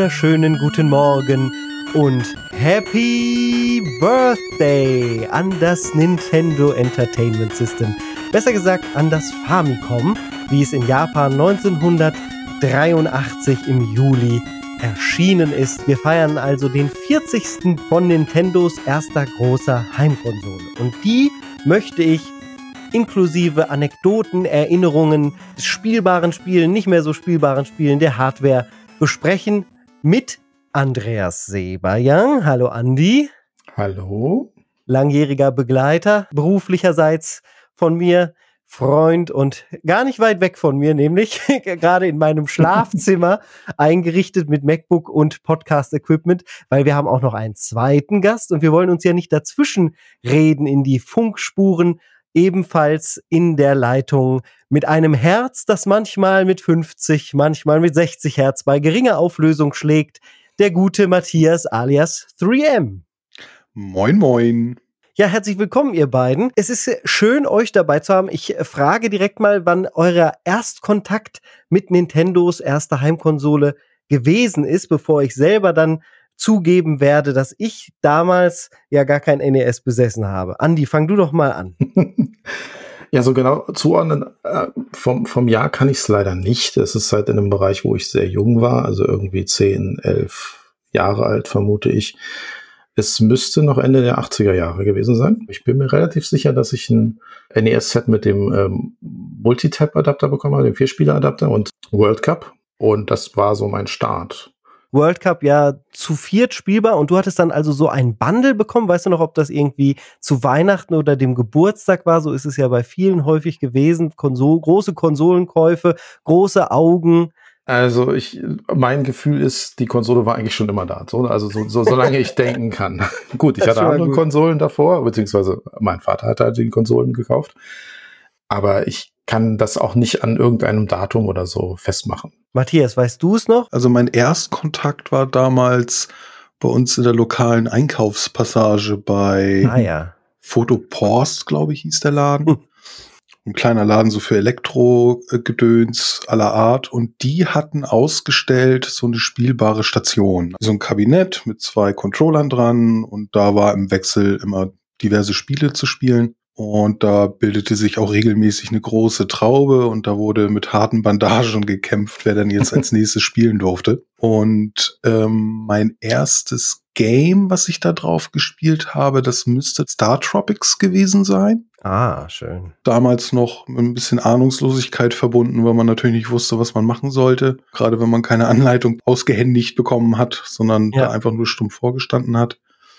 wunderschönen guten Morgen und Happy Birthday an das Nintendo Entertainment System. Besser gesagt an das Famicom, wie es in Japan 1983 im Juli erschienen ist. Wir feiern also den 40. von Nintendos erster großer Heimkonsole. Und die möchte ich inklusive Anekdoten, Erinnerungen, spielbaren Spielen, nicht mehr so spielbaren Spielen, der Hardware besprechen mit Andreas Seeberjang. Hallo Andi. Hallo. Langjähriger Begleiter, beruflicherseits von mir, Freund und gar nicht weit weg von mir, nämlich gerade in meinem Schlafzimmer eingerichtet mit MacBook und Podcast-Equipment, weil wir haben auch noch einen zweiten Gast und wir wollen uns ja nicht dazwischen reden in die Funkspuren, ebenfalls in der Leitung mit einem Herz, das manchmal mit 50, manchmal mit 60 Hertz bei geringer Auflösung schlägt, der gute Matthias alias 3M. Moin, moin. Ja, herzlich willkommen, ihr beiden. Es ist schön, euch dabei zu haben. Ich frage direkt mal, wann euer Erstkontakt mit Nintendos erster Heimkonsole gewesen ist, bevor ich selber dann zugeben werde, dass ich damals ja gar kein NES besessen habe. Andi, fang du doch mal an. Ja, so genau zuordnen vom Jahr kann ich es leider nicht. Es ist halt in einem Bereich, wo ich sehr jung war, also irgendwie 10, 11 Jahre alt, vermute ich. Es müsste noch Ende der 80er Jahre gewesen sein. Ich bin mir relativ sicher, dass ich ein NES-Set mit dem Multitap-Adapter bekommen habe, dem 4-Spieler-Adapter und World Cup. Und das war so mein Start. World Cup ja zu viert spielbar und du hattest dann also so ein Bundle bekommen. Weißt du noch, ob das irgendwie zu Weihnachten oder dem Geburtstag war? So ist es ja bei vielen häufig gewesen. Große Konsolenkäufe, große Augen. Also mein Gefühl ist, die Konsole war eigentlich schon immer da. Solange ich denken kann. Gut, ich hatte andere Konsolen davor, beziehungsweise mein Vater hatte halt die Konsolen gekauft. Aber ich kann das auch nicht an irgendeinem Datum oder so festmachen. Matthias, weißt du es noch? Also mein Erstkontakt war damals bei uns in der lokalen Einkaufspassage bei Fotopost, glaube ich, hieß der Laden. Ein kleiner Laden so für Elektro-Gedöns aller Art. Und die hatten ausgestellt so eine spielbare Station. So ein Kabinett mit 2 Controllern dran und da war im Wechsel immer diverse Spiele zu spielen. Und da bildete sich auch regelmäßig eine große Traube und da wurde mit harten Bandagen gekämpft, wer dann jetzt als nächstes spielen durfte. Und mein erstes Game, was ich da drauf gespielt habe, das müsste Star Tropics gewesen sein. Ah, schön. Damals noch mit ein bisschen Ahnungslosigkeit verbunden, weil man natürlich nicht wusste, was man machen sollte. Gerade wenn man keine Anleitung ausgehändigt bekommen hat, sondern da einfach nur stumpf vorgestanden hat.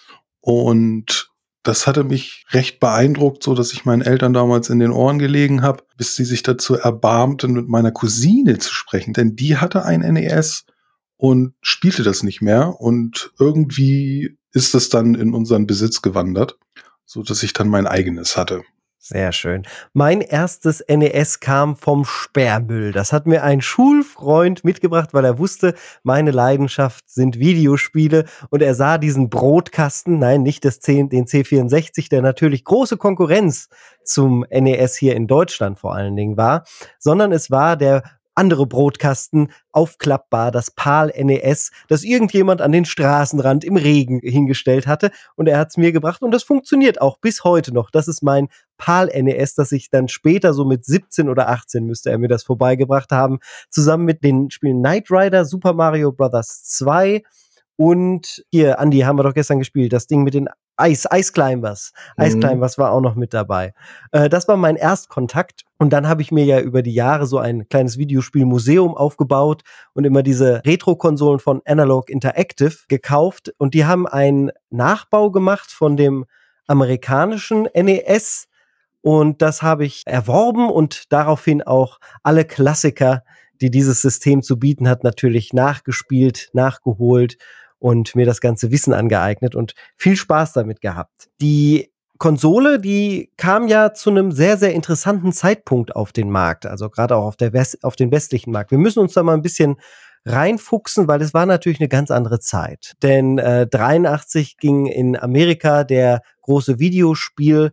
Und das hatte mich recht beeindruckt, so dass ich meinen Eltern damals in den Ohren gelegen habe, bis sie sich dazu erbarmten, mit meiner Cousine zu sprechen. Denn die hatte ein NES und spielte das nicht mehr. Und irgendwie ist das dann in unseren Besitz gewandert, so dass ich dann mein eigenes hatte. Sehr schön. Mein erstes NES kam vom Sperrmüll. Das hat mir ein Schulfreund mitgebracht, weil er wusste, meine Leidenschaft sind Videospiele. Und er sah diesen Brotkasten, nein, nicht den C64, der natürlich große Konkurrenz zum NES hier in Deutschland vor allen Dingen war, sondern es war der andere Brotkasten, aufklappbar, das PAL NES, das irgendjemand an den Straßenrand im Regen hingestellt hatte und er hat es mir gebracht und das funktioniert auch bis heute noch. Das ist mein PAL NES, das ich dann später so mit 17 oder 18 müsste er mir das vorbeigebracht haben, zusammen mit den Spielen Knight Rider, Super Mario Bros. 2 und hier, Andi, haben wir doch gestern gespielt, das Ding mit den Ice Climbers. Ice Climbers war auch noch mit dabei. Das war mein Erstkontakt. Und dann habe ich mir ja über die Jahre so ein kleines Videospielmuseum aufgebaut und immer diese Retro-Konsolen von Analog Interactive gekauft. Und die haben einen Nachbau gemacht von dem amerikanischen NES. Und das habe ich erworben und daraufhin auch alle Klassiker, die dieses System zu bieten hat, natürlich nachgespielt, nachgeholt und mir das ganze Wissen angeeignet und viel Spaß damit gehabt. Die Konsole, die kam ja zu einem sehr, sehr interessanten Zeitpunkt auf den Markt, also gerade auch auf den westlichen Markt. Wir müssen uns da mal ein bisschen reinfuchsen, weil es war natürlich eine ganz andere Zeit. Denn 83 ging in Amerika der große Videospiel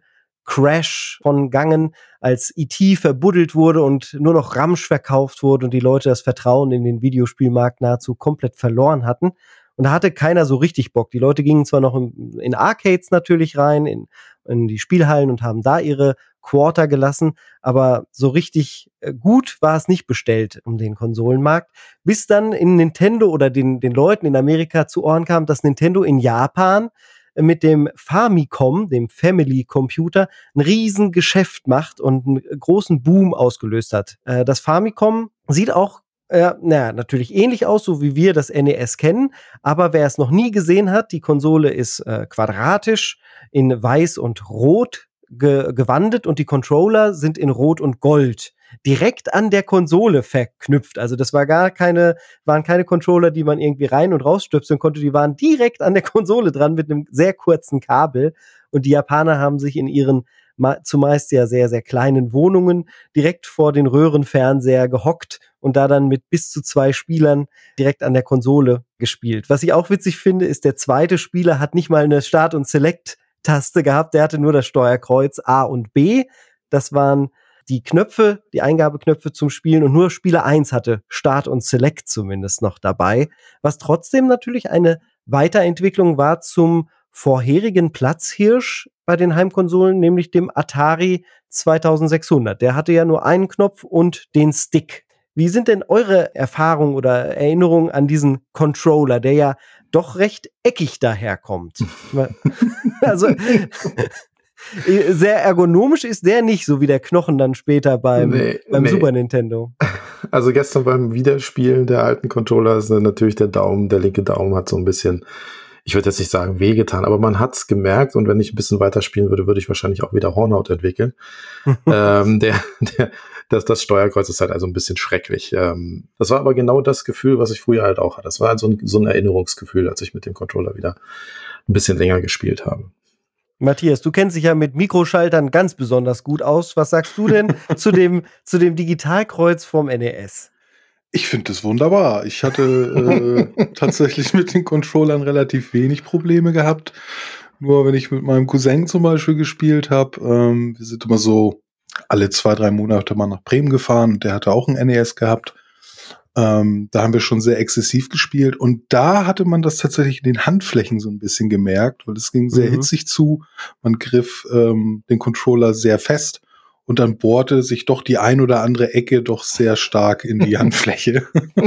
Crash von Gangen, als E.T. verbuddelt wurde und nur noch Ramsch verkauft wurde und die Leute das Vertrauen in den Videospielmarkt nahezu komplett verloren hatten. Und da hatte keiner so richtig Bock. Die Leute gingen zwar noch in Arcades natürlich rein, in die Spielhallen und haben da ihre Quarter gelassen, aber so richtig gut war es nicht bestellt um den Konsolenmarkt, bis dann in Nintendo oder den Leuten in Amerika zu Ohren kam, dass Nintendo in Japan mit dem Famicom, dem Family Computer, ein riesen Geschäft macht und einen großen Boom ausgelöst hat. Das Famicom sieht auch natürlich ähnlich aus, so wie wir das NES kennen, aber wer es noch nie gesehen hat, die Konsole ist quadratisch in weiß und rot gewandet und die Controller sind in rot und gold direkt an der Konsole verknüpft. Also das waren keine Controller, die man irgendwie rein und rausstöpseln konnte, die waren direkt an der Konsole dran mit einem sehr kurzen Kabel und die Japaner haben sich in ihren zumeist ja sehr, sehr kleinen Wohnungen direkt vor den Röhrenfernseher gehockt und da dann mit bis zu 2 Spielern direkt an der Konsole gespielt. Was ich auch witzig finde, ist, der zweite Spieler hat nicht mal eine Start- und Select-Taste gehabt, der hatte nur das Steuerkreuz A und B. Das waren die Knöpfe, die Eingabeknöpfe zum Spielen und nur Spieler 1 hatte Start und Select zumindest noch dabei, was trotzdem natürlich eine Weiterentwicklung war zum vorherigen Platzhirsch bei den Heimkonsolen, nämlich dem Atari 2600. Der hatte ja nur einen Knopf und den Stick. Wie sind denn eure Erfahrungen oder Erinnerungen an diesen Controller, der ja doch recht eckig daherkommt? Also sehr ergonomisch ist der nicht, so wie der Knochen dann später beim Super Nintendo. Also gestern beim Wiederspielen der alten Controller ist natürlich der linke Daumen hat so ein bisschen, ich würde jetzt nicht sagen wehgetan, aber man hat's gemerkt und wenn ich ein bisschen weiter spielen würde, würde ich wahrscheinlich auch wieder Hornhaut entwickeln. Das Steuerkreuz ist halt also ein bisschen schrecklich. Das war aber genau das Gefühl, was ich früher halt auch hatte. Das war halt so ein Erinnerungsgefühl, als ich mit dem Controller wieder ein bisschen länger gespielt habe. Matthias, du kennst dich ja mit Mikroschaltern ganz besonders gut aus. Was sagst du denn zu dem Digitalkreuz vom NES? Ich finde das wunderbar. Ich hatte tatsächlich mit den Controllern relativ wenig Probleme gehabt. Nur wenn ich mit meinem Cousin zum Beispiel gespielt habe, wir sind immer so alle 2-3 Monate mal nach Bremen gefahren und der hatte auch ein NES gehabt. Da haben wir schon sehr exzessiv gespielt und da hatte man das tatsächlich in den Handflächen so ein bisschen gemerkt, weil es ging sehr hitzig zu. Man griff den Controller sehr fest und dann bohrte sich doch die ein oder andere Ecke doch sehr stark in die Handfläche.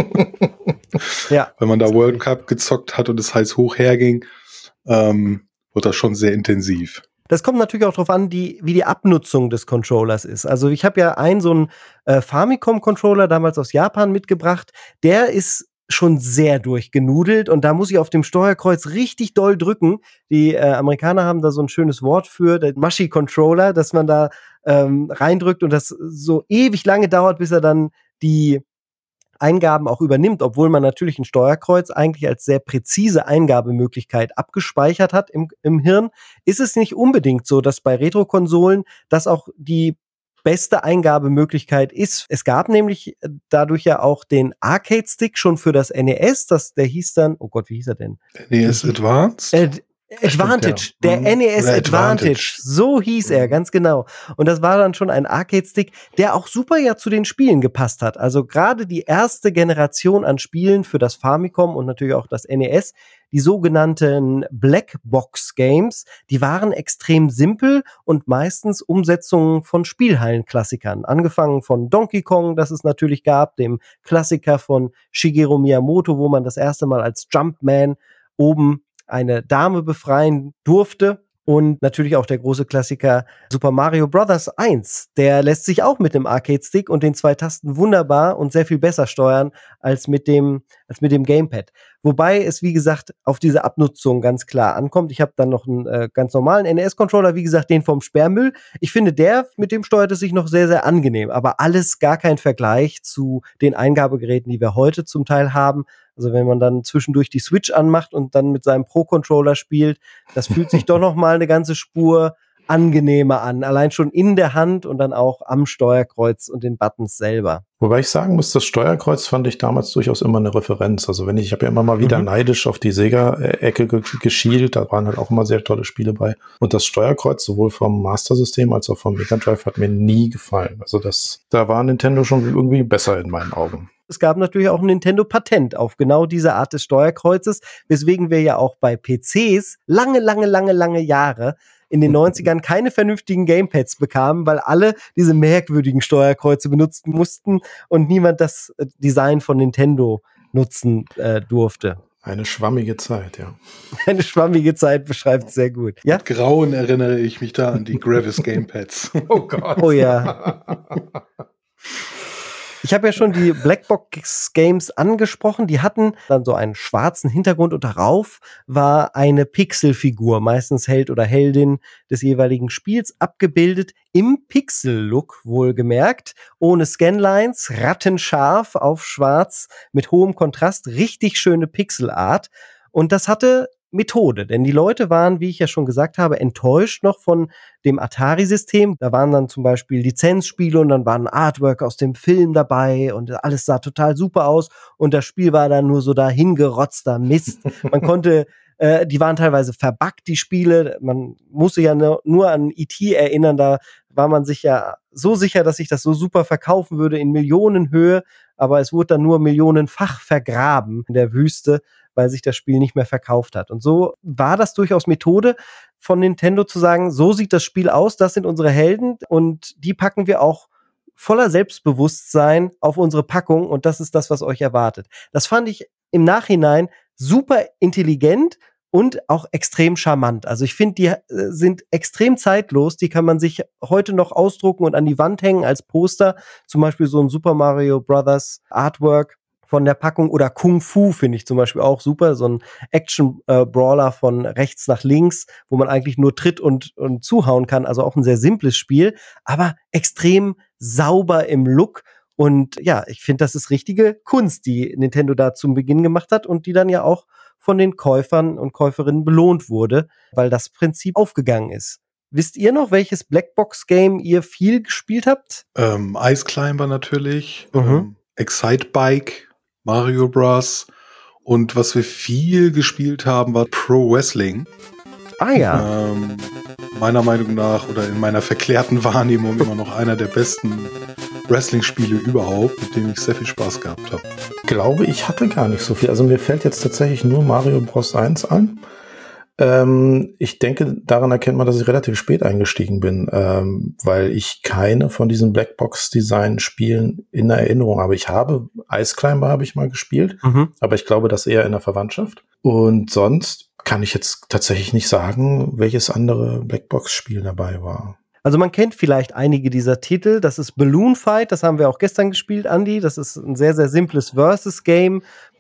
Ja. Wenn man da World Cup gezockt hat und es heiß hoch herging, wurde das schon sehr intensiv. Das kommt natürlich auch darauf an, wie die Abnutzung des Controllers ist. Also ich habe ja so einen Famicom-Controller damals aus Japan mitgebracht. Der ist schon sehr durchgenudelt und da muss ich auf dem Steuerkreuz richtig doll drücken. Die Amerikaner haben da so ein schönes Wort für, der Mushy-Controller, dass man da reindrückt und das so ewig lange dauert, bis er dann die Eingaben auch übernimmt, obwohl man natürlich ein Steuerkreuz eigentlich als sehr präzise Eingabemöglichkeit abgespeichert hat im Hirn, ist es nicht unbedingt so, dass bei Retro-Konsolen das auch die beste Eingabemöglichkeit ist. Es gab nämlich dadurch ja auch den Arcade-Stick schon für das NES, der hieß dann, oh Gott, wie hieß er denn? NES Advanced? Advantage, der NES Advantage, so hieß er, ganz genau. Und das war dann schon ein Arcade-Stick, der auch super ja zu den Spielen gepasst hat. Also gerade die erste Generation an Spielen für das Famicom und natürlich auch das NES, die sogenannten Blackbox-Games, die waren extrem simpel und meistens Umsetzungen von Spielhallenklassikern. Angefangen von Donkey Kong, das es natürlich gab, dem Klassiker von Shigeru Miyamoto, wo man das erste Mal als Jumpman oben eine Dame befreien durfte. Und natürlich auch der große Klassiker Super Mario Bros. 1. Der lässt sich auch mit dem Arcade-Stick und den 2 Tasten wunderbar und sehr viel besser steuern als mit dem Gamepad. Wobei es, wie gesagt, auf diese Abnutzung ganz klar ankommt. Ich habe dann noch einen ganz normalen NES-Controller, wie gesagt, den vom Sperrmüll. Ich finde, mit dem steuert es sich noch sehr, sehr angenehm. Aber alles gar kein Vergleich zu den Eingabegeräten, die wir heute zum Teil haben. Also wenn man dann zwischendurch die Switch anmacht und dann mit seinem Pro-Controller spielt, das fühlt sich doch noch mal eine ganze Spur angenehmer an. Allein schon in der Hand und dann auch am Steuerkreuz und den Buttons selber. Wobei ich sagen muss, das Steuerkreuz fand ich damals durchaus immer eine Referenz. Also ich habe ja immer mal wieder neidisch auf die Sega-Ecke geschielt, da waren halt auch immer sehr tolle Spiele bei. Und das Steuerkreuz, sowohl vom Master-System als auch vom Mega Drive, hat mir nie gefallen. Also da war Nintendo schon irgendwie besser in meinen Augen. Es gab natürlich auch ein Nintendo-Patent auf genau diese Art des Steuerkreuzes, weswegen wir ja auch bei PCs lange Jahre in den 90ern keine vernünftigen Gamepads bekamen, weil alle diese merkwürdigen Steuerkreuze benutzen mussten und niemand das Design von Nintendo nutzen durfte. Eine schwammige Zeit, ja. Eine schwammige Zeit beschreibt es sehr gut. Ja? Mit Grauen erinnere ich mich da an die Gravis Gamepads. Oh Gott. Oh ja. Ich habe ja schon die Blackbox-Games angesprochen. Die hatten dann so einen schwarzen Hintergrund und darauf war eine Pixelfigur, meistens Held oder Heldin des jeweiligen Spiels, abgebildet im Pixel-Look, wohlgemerkt, ohne Scanlines, rattenscharf auf schwarz, mit hohem Kontrast, richtig schöne Pixelart. Und das hatte Methode, denn die Leute waren, wie ich ja schon gesagt habe, enttäuscht noch von dem Atari-System. Da waren dann zum Beispiel Lizenzspiele und dann waren Artwork aus dem Film dabei und alles sah total super aus und das Spiel war dann nur so dahingerotzter Mist. Man konnte, die waren teilweise verbuggt, die Spiele. Man musste ja nur an E.T. erinnern, da war man sich ja so sicher, dass sich das so super verkaufen würde in Millionenhöhe, aber es wurde dann nur millionenfach vergraben in der Wüste, weil sich das Spiel nicht mehr verkauft hat. Und so war das durchaus Methode von Nintendo zu sagen, so sieht das Spiel aus, das sind unsere Helden und die packen wir auch voller Selbstbewusstsein auf unsere Packung und das ist das, was euch erwartet. Das fand ich im Nachhinein super intelligent und auch extrem charmant. Also ich finde, die sind extrem zeitlos, die kann man sich heute noch ausdrucken und an die Wand hängen als Poster, zum Beispiel so ein Super Mario Brothers Artwork von der Packung oder Kung Fu finde ich zum Beispiel auch super, so ein Action-Brawler von rechts nach links, wo man eigentlich nur tritt und zuhauen kann, also auch ein sehr simples Spiel, aber extrem sauber im Look und ja, ich finde, das ist richtige Kunst, die Nintendo da zum Beginn gemacht hat und die dann ja auch von den Käufern und Käuferinnen belohnt wurde, weil das Prinzip aufgegangen ist. Wisst ihr noch, welches Blackbox-Game ihr viel gespielt habt? Ice Climber natürlich, Excitebike, Mario Bros. Und was wir viel gespielt haben, war Pro Wrestling. Ah ja. Meiner Meinung nach oder in meiner verklärten Wahrnehmung immer noch einer der besten Wrestling-Spiele überhaupt, mit dem ich sehr viel Spaß gehabt habe. Ich glaube, ich hatte gar nicht so viel. Also mir fällt jetzt tatsächlich nur Mario Bros. 1 an. Ich denke, daran erkennt man, dass ich relativ spät eingestiegen bin, weil ich keine von diesen Blackbox-Design-Spielen in der Erinnerung habe. Ice Climber habe ich mal gespielt, aber ich glaube, das eher in der Verwandtschaft. Und sonst kann ich jetzt tatsächlich nicht sagen, welches andere Blackbox-Spiel dabei war. Also man kennt vielleicht einige dieser Titel. Das ist Balloon Fight, das haben wir auch gestern gespielt, Andi. Das ist ein sehr, sehr simples Versus-Game,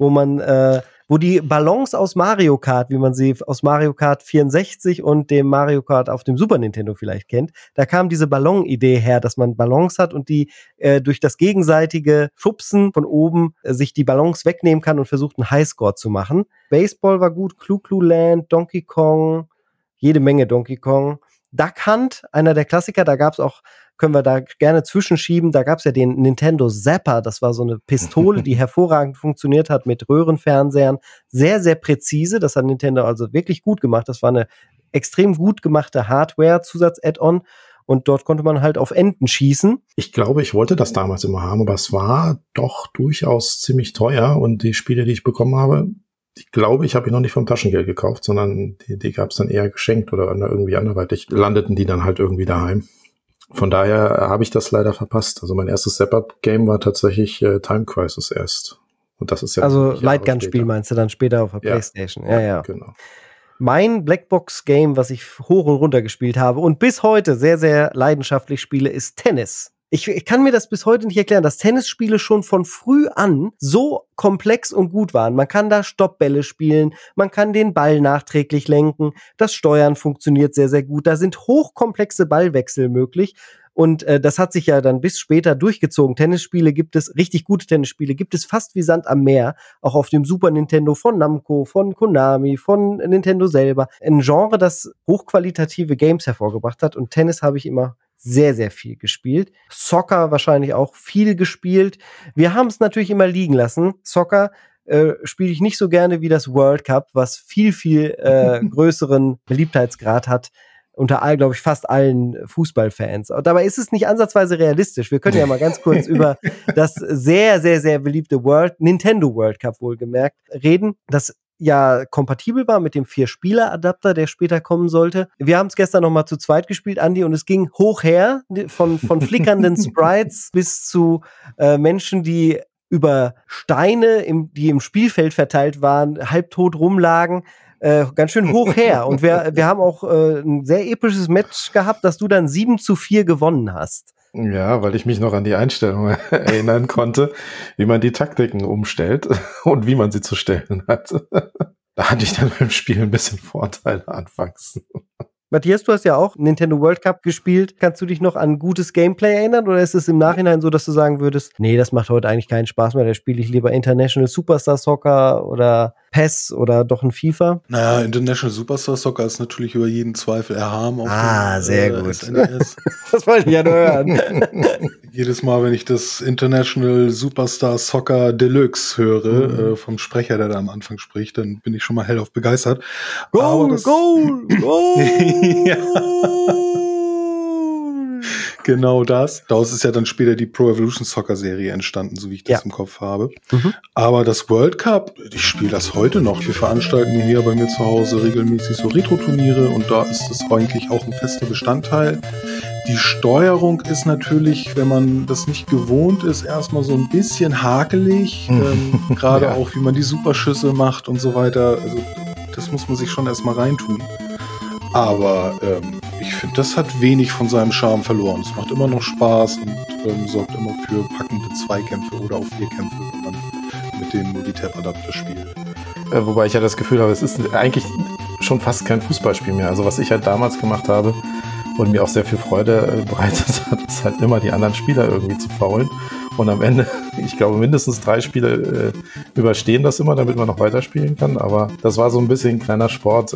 wo die Ballons aus Mario Kart, wie man sie aus Mario Kart 64 und dem Mario Kart auf dem Super Nintendo vielleicht kennt, da kam diese Ballon-Idee her, dass man Ballons hat und die durch das gegenseitige Schubsen von oben sich die Ballons wegnehmen kann und versucht, einen Highscore zu machen. Baseball war gut, Clu-Clu Land, Donkey Kong, jede Menge Donkey Kong. Duck Hunt, einer der Klassiker, da gab's auch, können wir da gerne zwischenschieben, da gab's ja den Nintendo Zapper, das war so eine Pistole, die hervorragend funktioniert hat mit Röhrenfernsehern, sehr, sehr präzise, das hat Nintendo also wirklich gut gemacht, das war eine extrem gut gemachte Hardware-Zusatz-Add-on und dort konnte man halt auf Enten schießen. Ich glaube, ich wollte das damals immer haben, aber es war doch durchaus ziemlich teuer und die Spiele, die ich bekommen habe, ich glaube, ich habe ihn noch nicht vom Taschengeld gekauft, sondern die gab es dann eher geschenkt oder irgendwie anderweitig. Landeten die dann halt irgendwie daheim. Von daher habe ich das leider verpasst. Also mein erstes Step-Up-Game war tatsächlich Time Crisis erst. Und das ist ja also Lightgun-Spiel meinst du dann später auf der PlayStation? Ja. Genau. Mein Blackbox-Game, was ich hoch und runter gespielt habe und bis heute sehr, sehr leidenschaftlich spiele, ist Tennis. Ich kann mir das bis heute nicht erklären, dass Tennisspiele schon von früh an so komplex und gut waren. Man kann da Stoppbälle spielen, man kann den Ball nachträglich lenken, das Steuern funktioniert sehr, sehr gut. Da sind hochkomplexe Ballwechsel möglich Und das hat sich ja dann bis später durchgezogen. Tennisspiele gibt es, richtig gute Tennisspiele gibt es fast wie Sand am Meer, auch auf dem Super Nintendo von Namco, von Konami, von Nintendo selber. Ein Genre, das hochqualitative Games hervorgebracht hat, und Tennis habe ich immer sehr, sehr viel gespielt. Soccer wahrscheinlich auch viel gespielt. Wir haben es natürlich immer liegen lassen. Soccer spiele ich nicht so gerne wie das World Cup, was viel, viel größeren Beliebtheitsgrad hat unter glaube ich, fast allen Fußballfans. Und dabei ist es nicht ansatzweise realistisch. Wir können ja mal ganz kurz über das sehr, sehr, sehr beliebte Nintendo World Cup wohlgemerkt reden, das ja kompatibel war mit dem 4-Spieler-Adapter, der später kommen sollte. Wir haben es gestern noch mal zu zweit gespielt, Andi, und es ging hoch her, von flickernden Sprites bis zu Menschen, die über Steine, die im Spielfeld verteilt waren, halbtot rumlagen. Ganz schön hoch her. Und wir haben auch ein sehr episches Match gehabt, dass du dann 7-4 gewonnen hast. Ja, weil ich mich noch an die Einstellung erinnern konnte, wie man die Taktiken umstellt und wie man sie zu stellen hat. Da hatte ich dann beim Spiel ein bisschen Vorteile anfangs. Matthias, du hast ja auch Nintendo World Cup gespielt. Kannst du dich noch an gutes Gameplay erinnern, oder ist es im Nachhinein so, dass du sagen würdest, nee, das macht heute eigentlich keinen Spaß mehr, da spiele ich lieber International Superstar Soccer oder PES oder doch ein FIFA? Naja, International Superstar Soccer ist natürlich über jeden Zweifel erhaben auf dem sehr gut. SNES. Das wollte ich ja nur hören. Jedes Mal, wenn ich das International Superstar Soccer Deluxe höre, vom Sprecher, der da am Anfang spricht, dann bin ich schon mal hellauf begeistert. Goal! Ja. Genau das. Daraus ist ja dann später die Pro Evolution Soccer Serie entstanden, so wie ich das im Kopf habe. Aber das World Cup, ich spiele das heute noch. Wir veranstalten hier bei mir zu Hause regelmäßig so Retro-Turniere, und da ist das eigentlich auch ein fester Bestandteil. Die Steuerung ist natürlich, wenn man das nicht gewohnt ist, erstmal so ein bisschen hakelig. Gerade auch, wie man die Superschüsse macht und so weiter. Also das muss man sich schon erstmal reintun. Aber ich finde, das hat wenig von seinem Charme verloren. Es macht immer noch Spaß und sorgt immer für packende Zweikämpfe oder auch Vierkämpfe, wenn man mit dem Multitap-Adapter spielt. Wobei ich ja das Gefühl habe, es ist eigentlich schon fast kein Fußballspiel mehr. Also was ich halt damals gemacht habe und mir auch sehr viel Freude bereitet hat, ist halt immer die anderen Spieler irgendwie zu faulen. Und am Ende, ich glaube, mindestens 3 Spiele überstehen das immer, damit man noch weiterspielen kann. Aber das war so ein bisschen ein kleiner Sport,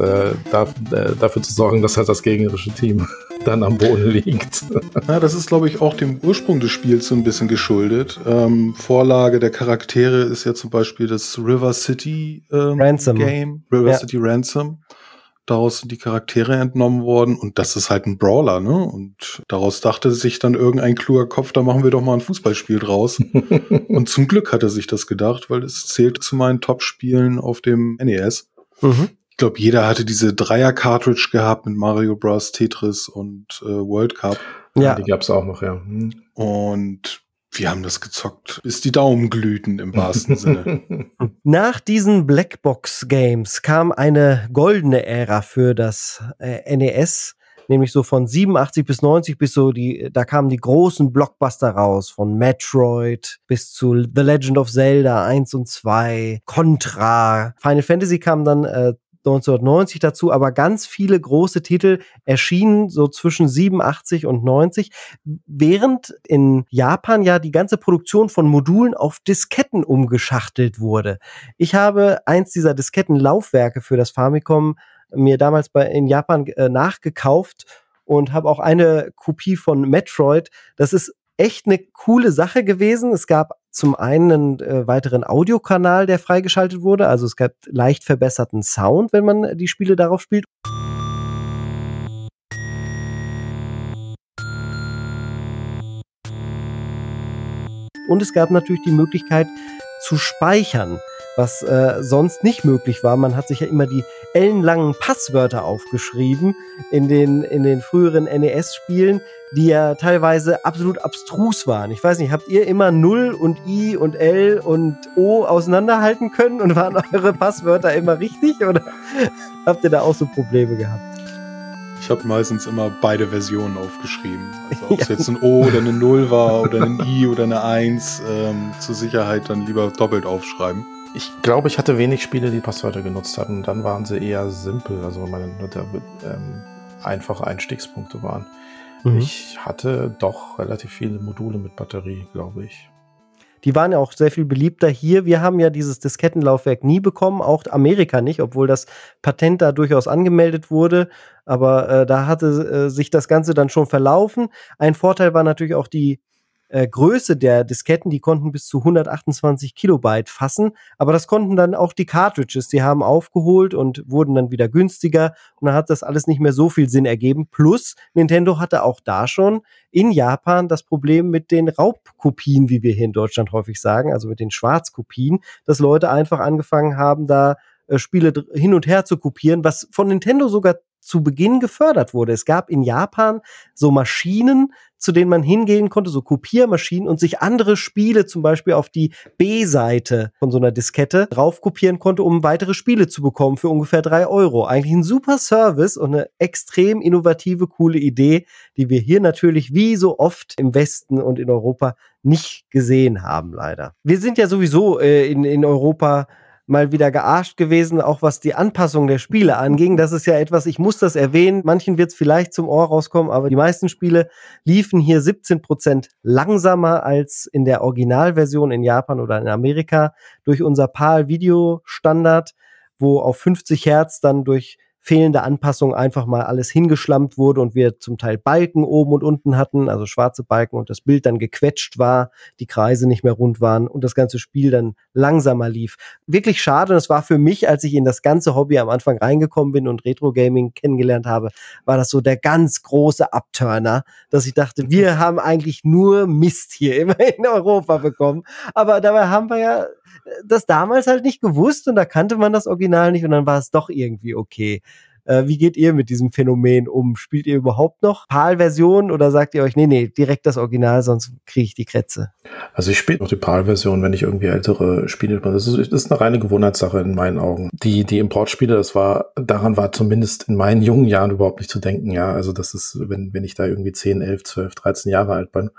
dafür zu sorgen, dass halt das gegnerische Team dann am Boden liegt. Ja, das ist, glaube ich, auch dem Ursprung des Spiels so ein bisschen geschuldet. Vorlage der Charaktere ist ja zum Beispiel das River City Ransom. Game. River City Ransom. Daraus sind die Charaktere entnommen worden, und das ist halt ein Brawler, ne? Und daraus dachte sich dann irgendein kluger Kopf, da machen wir doch mal ein Fußballspiel draus. Und zum Glück hat er sich das gedacht, weil es zählt zu meinen Top-Spielen auf dem NES. Ich glaube, jeder hatte diese Dreier-Cartridge gehabt mit Mario Bros, Tetris und World Cup. Ja, die gab's auch noch, ja. Und wir haben das gezockt, bis die Daumen glühten im wahrsten Sinne. Nach diesen Blackbox-Games kam eine goldene Ära für das NES, nämlich so von 87 bis 90 bis so da kamen die großen Blockbuster raus, von Metroid bis zu The Legend of Zelda 1 und 2, Contra. Final Fantasy kam dann 1990 dazu, aber ganz viele große Titel erschienen so zwischen 87 und 90, während in Japan ja die ganze Produktion von Modulen auf Disketten umgeschachtelt wurde. Ich habe eins dieser Diskettenlaufwerke für das Famicom mir damals in Japan nachgekauft und habe auch eine Kopie von Metroid. Das ist echt eine coole Sache gewesen. Es gab zum einen einen weiteren Audiokanal, der freigeschaltet wurde. Also es gab leicht verbesserten Sound, wenn man die Spiele darauf spielt. Und es gab natürlich die Möglichkeit zu speichern, was sonst nicht möglich war. Man hat sich ja immer die ellenlangen Passwörter aufgeschrieben in den früheren NES-Spielen, die ja teilweise absolut abstrus waren. Ich weiß nicht, habt ihr immer 0 und I und L und O auseinanderhalten können, und waren eure Passwörter immer richtig, oder habt ihr da auch so Probleme gehabt? Ich habe meistens immer beide Versionen aufgeschrieben. Also ob es jetzt ein O oder eine 0 war oder ein I oder eine 1, zur Sicherheit dann lieber doppelt aufschreiben. Ich glaube, ich hatte wenig Spiele, die Passwörter genutzt hatten. Dann waren sie eher simpel, also einfache Einstiegspunkte waren. Ich hatte doch relativ viele Module mit Batterie, glaube ich. Die waren ja auch sehr viel beliebter hier. Wir haben ja dieses Diskettenlaufwerk nie bekommen, auch Amerika nicht, obwohl das Patent da durchaus angemeldet wurde. Aber da hatte sich das Ganze dann schon verlaufen. Ein Vorteil war natürlich auch die Größe der Disketten. Die konnten bis zu 128 Kilobyte fassen. Aber das konnten dann auch die Cartridges. Die haben aufgeholt und wurden dann wieder günstiger. Und dann hat das alles nicht mehr so viel Sinn ergeben. Plus, Nintendo hatte auch da schon in Japan das Problem mit den Raubkopien, wie wir hier in Deutschland häufig sagen, also mit den Schwarzkopien, dass Leute einfach angefangen haben, da Spiele hin und her zu kopieren, was von Nintendo sogar zu Beginn gefördert wurde. Es gab in Japan so Maschinen, zu denen man hingehen konnte, so Kopiermaschinen und sich andere Spiele zum Beispiel auf die B-Seite von so einer Diskette drauf kopieren konnte, um weitere Spiele zu bekommen für ungefähr 3 Euro. Eigentlich ein super Service und eine extrem innovative, coole Idee, die wir hier natürlich wie so oft im Westen und in Europa nicht gesehen haben, leider. Wir sind ja sowieso in Europa mal wieder gearscht gewesen, auch was die Anpassung der Spiele anging. Das ist ja etwas, ich muss das erwähnen, manchen wird es vielleicht zum Ohr rauskommen, aber die meisten Spiele liefen hier 17% langsamer als in der Originalversion in Japan oder in Amerika durch unser PAL-Video-Standard, wo auf 50 Hertz dann durch fehlende Anpassung einfach mal alles hingeschlampt wurde und wir zum Teil Balken oben und unten hatten, also schwarze Balken und das Bild dann gequetscht war, die Kreise nicht mehr rund waren und das ganze Spiel dann langsamer lief. Wirklich schade, und es war für mich, als ich in das ganze Hobby am Anfang reingekommen bin und Retro-Gaming kennengelernt habe, war das so der ganz große Abturner, dass ich dachte, wir haben eigentlich nur Mist hier immer in Europa bekommen, aber dabei haben wir ja das damals halt nicht gewusst und da kannte man das Original nicht und dann war es doch irgendwie okay. Wie geht ihr mit diesem Phänomen um? Spielt ihr überhaupt noch PAL-Version oder sagt ihr euch, nee, direkt das Original, sonst kriege ich die Krätze? Also ich spiele noch die PAL-Version, wenn ich irgendwie ältere Spiele. Das ist eine reine Gewohnheitssache in meinen Augen. Die Importspiele, daran war zumindest in meinen jungen Jahren überhaupt nicht zu denken. Ja, also das ist, wenn ich da irgendwie 10, 11, 12, 13 Jahre alt bin.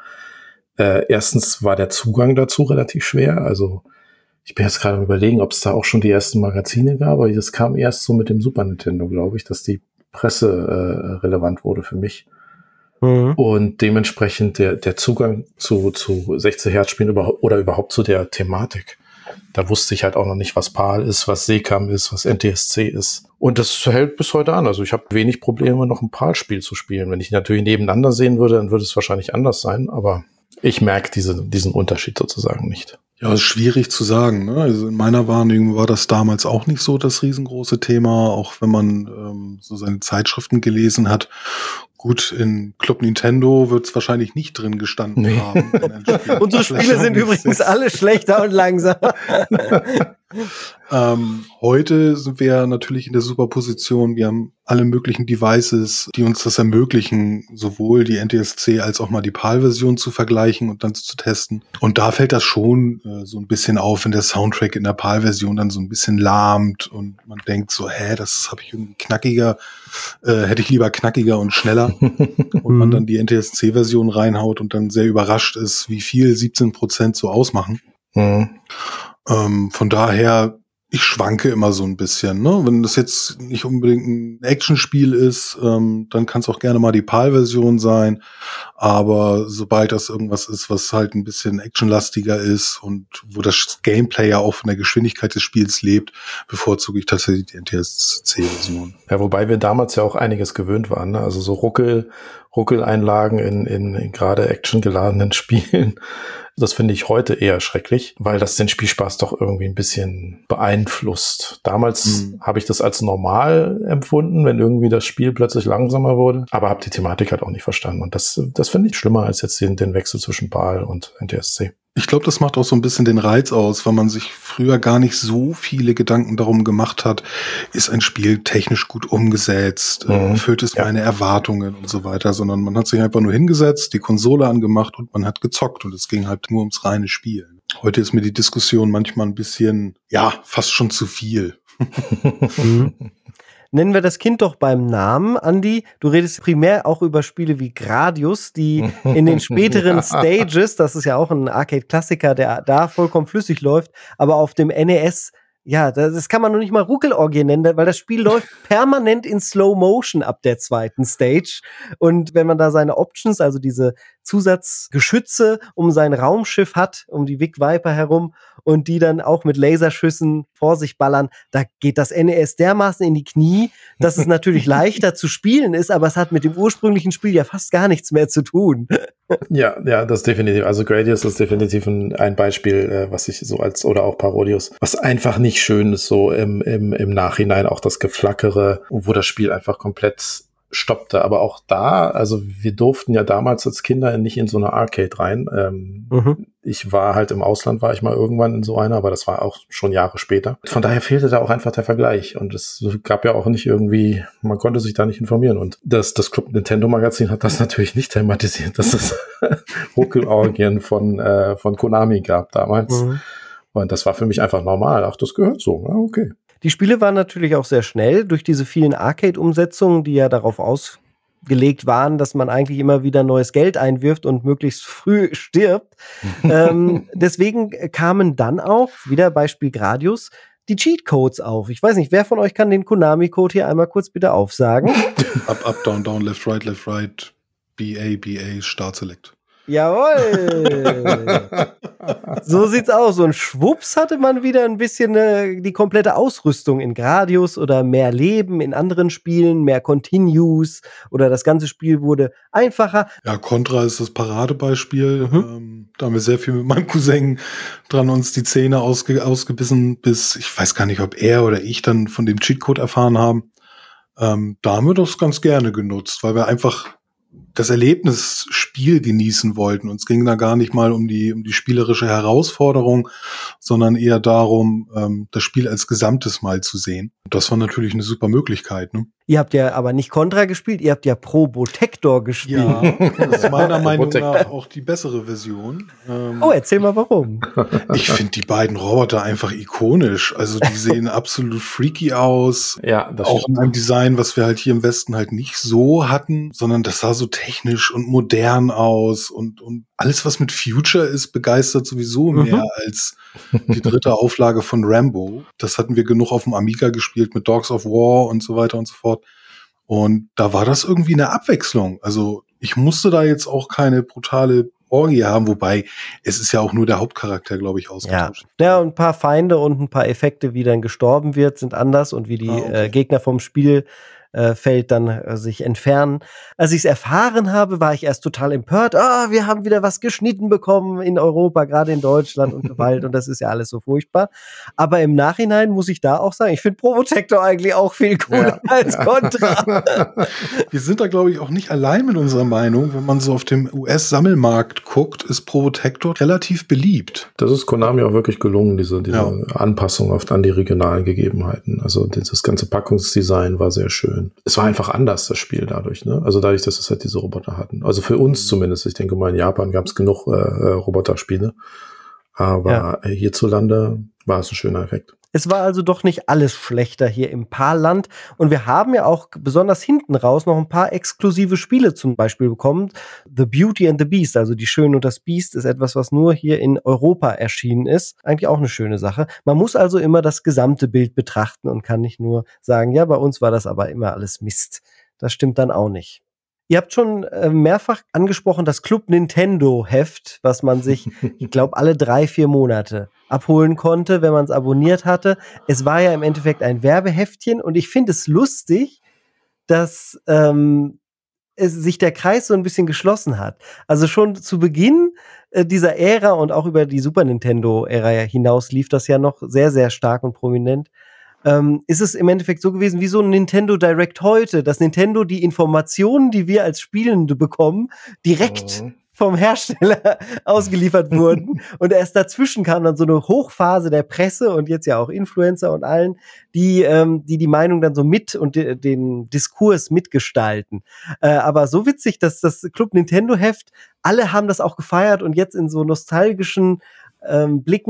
Erstens war der Zugang dazu relativ schwer. Also ich bin jetzt gerade am Überlegen, ob es da auch schon die ersten Magazine gab, aber das kam erst so mit dem Super Nintendo, glaube ich, dass die Presse relevant wurde für mich. Mhm. Und dementsprechend der Zugang zu 16 Hertz Spielen oder überhaupt zu der Thematik. Da wusste ich halt auch noch nicht, was PAL ist, was SECAM ist, was NTSC ist. Und das hält bis heute an. Also ich habe wenig Probleme, noch ein PAL-Spiel zu spielen. Wenn ich die natürlich nebeneinander sehen würde, dann würde es wahrscheinlich anders sein, aber ich merke diesen Unterschied sozusagen nicht. Ja, ist schwierig zu sagen, ne? Also in meiner Wahrnehmung war das damals auch nicht so das riesengroße Thema, auch wenn man so seine Zeitschriften gelesen hat. Gut, in Club Nintendo wird es wahrscheinlich nicht drin gestanden haben. Unsere Spiele sind übrigens alle schlechter und langsamer. Heute sind wir natürlich in der Superposition. Wir haben alle möglichen Devices, die uns das ermöglichen, sowohl die NTSC als auch mal die PAL-Version zu vergleichen und dann zu testen. Und da fällt das schon so ein bisschen auf, wenn der Soundtrack in der PAL-Version dann so ein bisschen lahmt und man denkt so, das habe ich irgendwie knackiger, hätte ich lieber knackiger und schneller. Und man dann die NTSC-Version reinhaut und dann sehr überrascht ist, wie viel 17% so ausmachen. Von daher, ich schwanke immer so ein bisschen, ne? Wenn das jetzt nicht unbedingt ein Actionspiel ist, dann kann es auch gerne mal die PAL-Version sein. Aber sobald das irgendwas ist, was halt ein bisschen actionlastiger ist und wo das Gameplay ja auch von der Geschwindigkeit des Spiels lebt, bevorzuge ich tatsächlich die NTSC-Version. Ja, wobei wir damals ja auch einiges gewöhnt waren, ne? Also so Ruckeleinlagen in gerade actiongeladenen Spielen. Das finde ich heute eher schrecklich, weil das den Spielspaß doch irgendwie ein bisschen beeinflusst. Damals habe ich das als normal empfunden, wenn irgendwie das Spiel plötzlich langsamer wurde, aber habe die Thematik halt auch nicht verstanden. Und das finde ich schlimmer als jetzt den Wechsel zwischen PAL und NTSC. Ich glaube, das macht auch so ein bisschen den Reiz aus, weil man sich früher gar nicht so viele Gedanken darum gemacht hat, ist ein Spiel technisch gut umgesetzt, erfüllt es meine Erwartungen und so weiter, sondern man hat sich einfach nur hingesetzt, die Konsole angemacht und man hat gezockt und es ging halt nur ums reine Spielen. Heute ist mir die Diskussion manchmal ein bisschen, fast schon zu viel. Nennen wir das Kind doch beim Namen, Andi. Du redest primär auch über Spiele wie Gradius, die in den späteren Stages, das ist ja auch ein Arcade-Klassiker, der da vollkommen flüssig läuft, aber auf dem NES Ja, das kann man noch nicht mal Ruckelorgie nennen, weil das Spiel läuft permanent in Slow Motion ab der zweiten Stage. Und wenn man da seine Options, also diese Zusatzgeschütze um sein Raumschiff hat, um die Vic Viper herum und die dann auch mit Laserschüssen vor sich ballern, da geht das NES dermaßen in die Knie, dass es natürlich leichter zu spielen ist, aber es hat mit dem ursprünglichen Spiel ja fast gar nichts mehr zu tun. Ja, das definitiv. Also Gradius ist definitiv ein Beispiel, was ich so oder auch Parodius, was einfach nicht schön ist, so im Nachhinein auch das Geflackere, wo das Spiel einfach komplett stoppte. Aber auch da, also wir durften ja damals als Kinder nicht in so eine Arcade rein. Ich war halt im Ausland, war ich mal irgendwann in so einer, aber das war auch schon Jahre später. Von daher fehlte da auch einfach der Vergleich. Und es gab ja auch nicht irgendwie, man konnte sich da nicht informieren. Und das Club Nintendo Magazin hat das natürlich nicht thematisiert, dass es Ruckelorgien von Konami gab damals. Und das war für mich einfach normal. Ach, das gehört so. Ja, okay. Die Spiele waren natürlich auch sehr schnell durch diese vielen Arcade-Umsetzungen, die ja darauf ausgelegt waren, dass man eigentlich immer wieder neues Geld einwirft und möglichst früh stirbt. Deswegen kamen dann auch, wieder Beispiel Gradius, die Cheatcodes auf. Ich weiß nicht, wer von euch kann den Konami-Code hier einmal kurz bitte aufsagen? Up, down, down, left, right, BA, Start, Select. Jawohl! So sieht's aus. Und schwupps hatte man wieder ein bisschen die komplette Ausrüstung in Gradius oder mehr Leben in anderen Spielen, mehr Continues oder das ganze Spiel wurde einfacher. Ja, Contra ist das Paradebeispiel. Da haben wir sehr viel mit meinem Cousin dran uns die Zähne ausgebissen, bis ich weiß gar nicht, ob er oder ich dann von dem Cheatcode erfahren haben. Da haben wir das ganz gerne genutzt, weil wir einfach das Erlebnisspiel genießen wollten. Uns ging da gar nicht mal um die spielerische Herausforderung, sondern eher darum, das Spiel als Gesamtes mal zu sehen. Das war natürlich eine super Möglichkeit, ne? Ihr habt ja aber nicht Contra gespielt, ihr habt ja Probotector gespielt. Ja, das ist meiner Meinung nach auch die bessere Version. Erzähl mal warum. Ich finde die beiden Roboter einfach ikonisch. Also die sehen absolut freaky aus. Ja, das auch in einem Design, was wir halt hier im Westen halt nicht so hatten, sondern das sah so technisch und modern aus und alles, was mit Future ist, begeistert sowieso mehr als die dritte Auflage von Rambo. Das hatten wir genug auf dem Amiga gespielt mit Dogs of War und so weiter und so fort. Und da war das irgendwie eine Abwechslung. Also ich musste da jetzt auch keine brutale Orgie haben, wobei es ist ja auch nur der Hauptcharakter, glaube ich, ausgetauscht. Ja, und ein paar Feinde und ein paar Effekte, wie dann gestorben wird, sind anders und wie die Gegner vom Spiel Feld dann sich entfernen. Als ich es erfahren habe, war ich erst total empört. Wir haben wieder was geschnitten bekommen in Europa, gerade in Deutschland und Gewalt und das ist ja alles so furchtbar. Aber im Nachhinein muss ich da auch sagen, ich finde Probotector eigentlich auch viel cooler als Contra. Wir sind da, glaube ich, auch nicht allein mit unserer Meinung. Wenn man so auf dem US-Sammelmarkt guckt, ist Probotector relativ beliebt. Das ist Konami auch wirklich gelungen, diese Anpassung an die regionalen Gegebenheiten. Also das ganze Packungsdesign war sehr schön. Es war einfach anders, das Spiel dadurch, ne? Also dadurch, dass es halt diese Roboter hatten. Also für uns zumindest. Ich denke mal, in Japan gab es genug Roboterspiele. Aber hierzulande war es ein schöner Effekt. Es war also doch nicht alles schlechter hier im Paarland. Und wir haben ja auch besonders hinten raus noch ein paar exklusive Spiele zum Beispiel bekommen. The Beauty and the Beast, also Die Schöne und das Biest, ist etwas, was nur hier in Europa erschienen ist. Eigentlich auch eine schöne Sache. Man muss also immer das gesamte Bild betrachten und kann nicht nur sagen, ja, bei uns war das aber immer alles Mist. Das stimmt dann auch nicht. Ihr habt schon mehrfach angesprochen, das Club Nintendo Heft, was man sich, ich glaube, alle 3-4 Monate abholen konnte, wenn man es abonniert hatte. Es war ja im Endeffekt ein Werbeheftchen und ich finde es lustig, dass sich der Kreis so ein bisschen geschlossen hat. Also schon zu Beginn dieser Ära und auch über die Super Nintendo-Ära hinaus lief das ja noch sehr, sehr stark und prominent. Ist es im Endeffekt so gewesen wie so ein Nintendo Direct heute, dass Nintendo die Informationen, die wir als Spielende bekommen, direkt vom Hersteller ausgeliefert wurden und erst dazwischen kam dann so eine Hochphase der Presse und jetzt ja auch Influencer und allen, die Meinung dann so mit und den Diskurs mitgestalten. Aber so witzig, dass das Club Nintendo Heft, alle haben das auch gefeiert und jetzt in so nostalgischen Blicken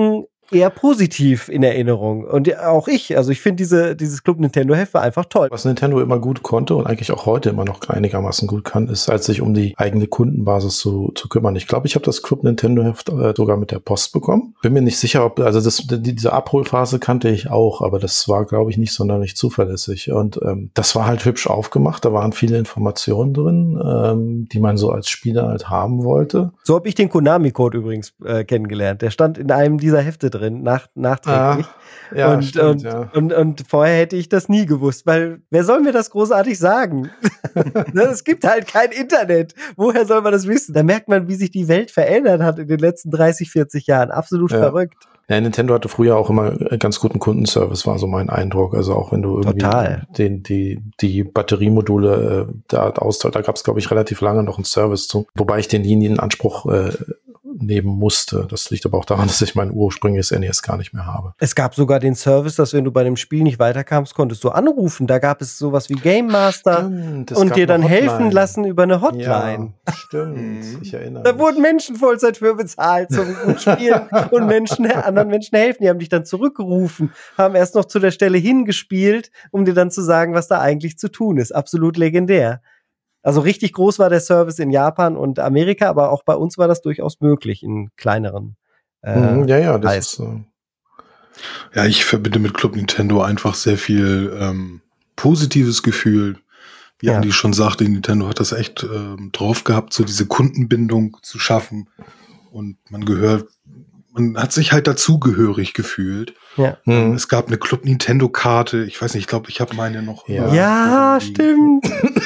eher positiv in Erinnerung. Und auch ich, also ich finde dieses Club Nintendo Heft war einfach toll. Was Nintendo immer gut konnte und eigentlich auch heute immer noch einigermaßen gut kann, ist halt sich um die eigene Kundenbasis zu kümmern. Ich glaube, ich habe das Club Nintendo Heft sogar mit der Post bekommen. Bin mir nicht sicher, diese Abholphase kannte ich auch, aber das war, glaube ich, nicht sonderlich zuverlässig. Und das war halt hübsch aufgemacht. Da waren viele Informationen drin, die man so als Spieler halt haben wollte. So habe ich den Konami-Code übrigens kennengelernt. Der stand in einem dieser Hefte drin, nachträglich. Ja, stimmt, und vorher hätte ich das nie gewusst, weil wer soll mir das großartig sagen? Es gibt halt kein Internet. Woher soll man das wissen? Da merkt man, wie sich die Welt verändert hat in den letzten 30, 40 Jahren. Absolut verrückt. Ja, Nintendo hatte früher auch immer ganz guten Kundenservice, war so mein Eindruck. Also auch wenn du irgendwie die Batteriemodule da gab es, glaube ich, relativ lange noch einen Service zu. Wobei ich den nie in Anspruch nehmen musste. Das liegt aber auch daran, dass ich mein ursprüngliches NES gar nicht mehr habe. Es gab sogar den Service, dass wenn du bei dem Spiel nicht weiterkamst, konntest du anrufen. Da gab es sowas wie Game Master und dir dann helfen lassen über eine Hotline. Ja, stimmt, ich erinnere Da mich. wurden Menschen Vollzeit für bezahlt zum Spielen und anderen Menschen helfen. Die haben dich dann zurückgerufen, haben erst noch zu der Stelle hingespielt, um dir dann zu sagen, was da eigentlich zu tun ist. Absolut legendär. Also richtig groß war der Service in Japan und Amerika, aber auch bei uns war das durchaus möglich in kleineren. Das ist Ja, ich verbinde mit Club Nintendo einfach sehr viel positives Gefühl. Wie Andi schon sagte, Nintendo hat das echt drauf gehabt, so diese Kundenbindung zu schaffen. Und man hat sich halt dazugehörig gefühlt. Ja. Es gab eine Club Nintendo Karte. Ich weiß nicht, ich glaube, ich habe meine noch. Ja, stimmt.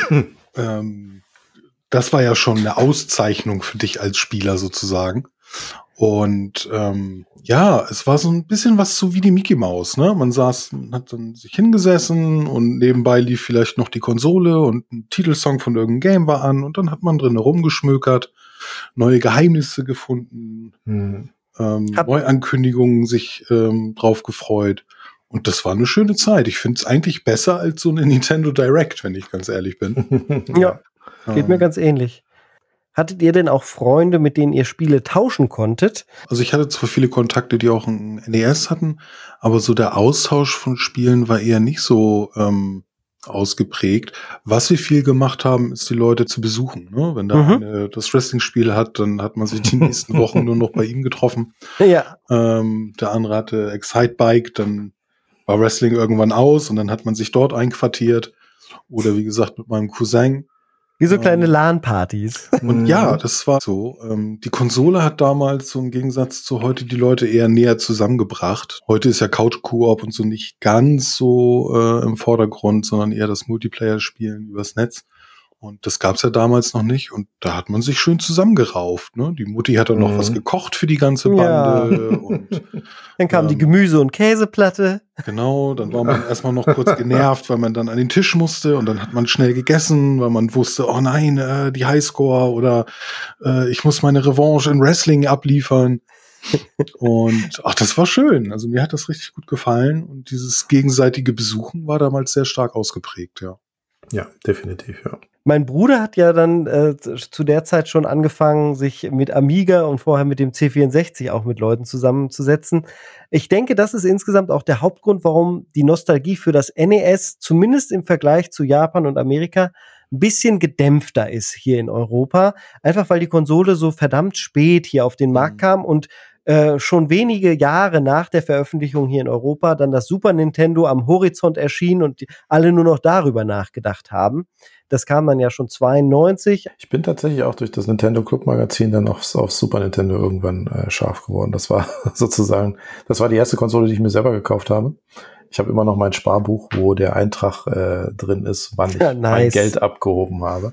Das war ja schon eine Auszeichnung für dich als Spieler sozusagen. Und es war so ein bisschen was so wie die Mickey Maus, ne? Man hat dann sich hingesessen und nebenbei lief vielleicht noch die Konsole und ein Titelsong von irgendeinem Game war an und dann hat man drin herumgeschmökert, neue Geheimnisse gefunden, Neuankündigungen sich drauf gefreut. Und das war eine schöne Zeit. Ich finde es eigentlich besser als so eine Nintendo Direct, wenn ich ganz ehrlich bin. Ja, geht mir ganz ähnlich. Hattet ihr denn auch Freunde, mit denen ihr Spiele tauschen konntet? Also ich hatte zwar viele Kontakte, die auch ein NES hatten, aber so der Austausch von Spielen war eher nicht so ausgeprägt. Was wir viel gemacht haben, ist die Leute zu besuchen. Ne? Wenn der eine das Wrestling-Spiel hat, dann hat man sich die nächsten Wochen nur noch bei ihm getroffen. Ja. Der andere hatte Excitebike, dann war Wrestling irgendwann aus und dann hat man sich dort einquartiert. Oder wie gesagt mit meinem Cousin. Wie so kleine LAN-Partys. Und ja, das war so. Die Konsole hat damals so im Gegensatz zu heute die Leute eher näher zusammengebracht. Heute ist ja Couch-Koop und so nicht ganz so im Vordergrund, sondern eher das Multiplayer-Spielen übers Netz. Und das gab's ja damals noch nicht. Und da hat man sich schön zusammengerauft. Ne? Die Mutti hat dann noch was gekocht für die ganze Bande. Ja. Und dann kam die Gemüse- und Käseplatte. Genau, dann war man erstmal noch kurz genervt, weil man dann an den Tisch musste. Und dann hat man schnell gegessen, weil man wusste, oh nein, die Highscore oder ich muss meine Revanche in Wrestling abliefern. Und das war schön. Also mir hat das richtig gut gefallen. Und dieses gegenseitige Besuchen war damals sehr stark ausgeprägt, ja. Ja, definitiv, ja. Mein Bruder hat ja dann zu der Zeit schon angefangen, sich mit Amiga und vorher mit dem C64 auch mit Leuten zusammenzusetzen. Ich denke, das ist insgesamt auch der Hauptgrund, warum die Nostalgie für das NES, zumindest im Vergleich zu Japan und Amerika, ein bisschen gedämpfter ist hier in Europa. Einfach weil die Konsole so verdammt spät hier auf den Markt kam und schon wenige Jahre nach der Veröffentlichung hier in Europa dann das Super Nintendo am Horizont erschien und alle nur noch darüber nachgedacht haben. Das kam dann ja schon 92. Ich bin tatsächlich auch durch das Nintendo Club Magazin dann auf Super Nintendo irgendwann scharf geworden. Das war die erste Konsole, die ich mir selber gekauft habe. Ich habe immer noch mein Sparbuch, wo der Eintrag drin ist, wann ich mein Geld abgehoben habe.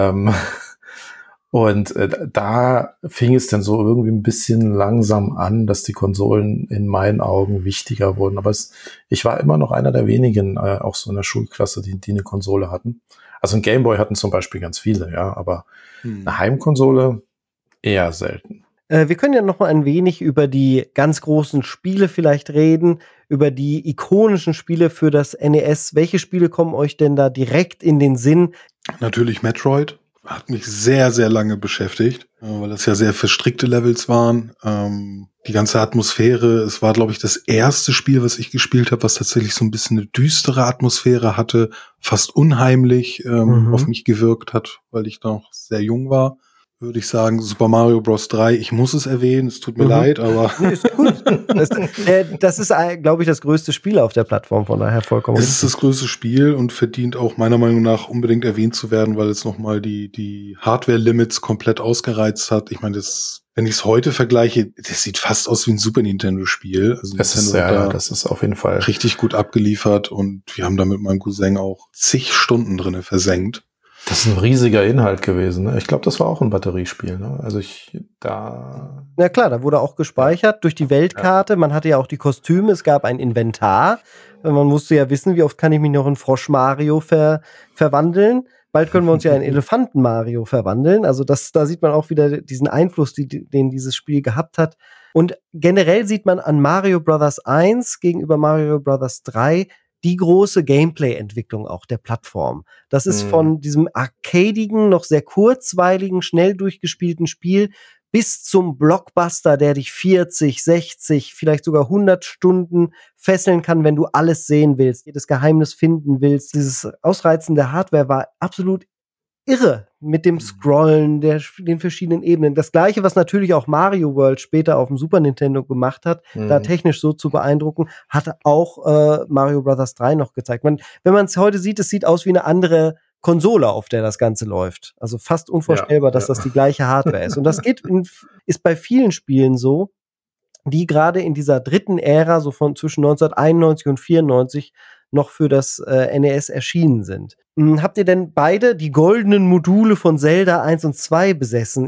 Und da fing es dann so irgendwie ein bisschen langsam an, dass die Konsolen in meinen Augen wichtiger wurden. Aber ich war immer noch einer der wenigen, auch so in der Schulklasse, die eine Konsole hatten. Also ein Gameboy hatten zum Beispiel ganz viele, ja, aber eine Heimkonsole eher selten. Wir können ja noch mal ein wenig über die ganz großen Spiele vielleicht reden, über die ikonischen Spiele für das NES. Welche Spiele kommen euch denn da direkt in den Sinn? Natürlich Metroid. Hat mich sehr, sehr lange beschäftigt, weil das ja sehr verstrickte Levels waren. Die ganze Atmosphäre, es war, glaube ich, das erste Spiel, was ich gespielt habe, was tatsächlich so ein bisschen eine düstere Atmosphäre hatte, fast unheimlich auf mich gewirkt hat, weil ich noch sehr jung war. Würde ich sagen, Super Mario Bros. 3, ich muss es erwähnen, es tut mir leid, aber... Nee, ist gut. Das ist, glaube ich, das größte Spiel auf der Plattform, von daher vollkommen. Es ist das größte Spiel und verdient auch meiner Meinung nach unbedingt erwähnt zu werden, weil es nochmal die Hardware-Limits komplett ausgereizt hat. Ich meine, wenn ich es heute vergleiche, das sieht fast aus wie ein Super Nintendo-Spiel. Also das ist auf jeden Fall richtig gut abgeliefert und wir haben da mit meinem Cousin auch zig Stunden drinne versenkt. Das ist ein riesiger Inhalt gewesen. Ne? Ich glaube, das war auch ein Batteriespiel. Ne? Na klar, da wurde auch gespeichert durch die Weltkarte. Man hatte ja auch die Kostüme, es gab ein Inventar. Man musste ja wissen, wie oft kann ich mich noch in Frosch Mario verwandeln. Bald können wir uns ja in Elefanten Mario verwandeln. Also da sieht man auch wieder diesen Einfluss, den dieses Spiel gehabt hat. Und generell sieht man an Mario Bros. 1 gegenüber Mario Bros. 3 die große Gameplay-Entwicklung auch der Plattform. Das ist von diesem arcadigen, noch sehr kurzweiligen, schnell durchgespielten Spiel bis zum Blockbuster, der dich 40, 60, vielleicht sogar 100 Stunden fesseln kann, wenn du alles sehen willst, jedes Geheimnis finden willst. Dieses Ausreizen der Hardware war absolut irre mit dem Scrollen, den verschiedenen Ebenen. Das Gleiche, was natürlich auch Mario World später auf dem Super Nintendo gemacht hat, da technisch so zu beeindrucken, hat auch Mario Bros. 3 noch gezeigt. Wenn man es heute sieht, es sieht aus wie eine andere Konsole, auf der das Ganze läuft. Also fast unvorstellbar, dass das die gleiche Hardware ist. Und das ist bei vielen Spielen so, die gerade in dieser dritten Ära, so von zwischen 1991 und 94, noch für das NES erschienen sind. Habt ihr denn beide die goldenen Module von Zelda 1 und 2 besessen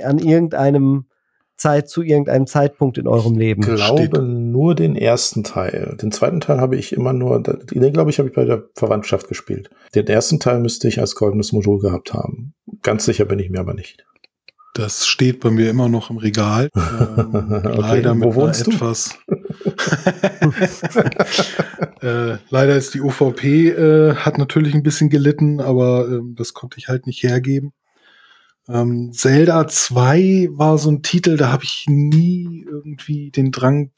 zu irgendeinem Zeitpunkt in eurem Leben? Ich glaube nur den ersten Teil. Den zweiten Teil habe ich immer nur, den glaube ich, habe ich bei der Verwandtschaft gespielt. Den ersten Teil müsste ich als goldenes Modul gehabt haben. Ganz sicher bin ich mir aber nicht. Das steht bei mir immer noch im Regal. Okay, leider mit wo wohnst du? etwas. Leider ist die UVP hat natürlich ein bisschen gelitten, aber das konnte ich halt nicht hergeben. Zelda 2 war so ein Titel, da habe ich nie irgendwie den Drang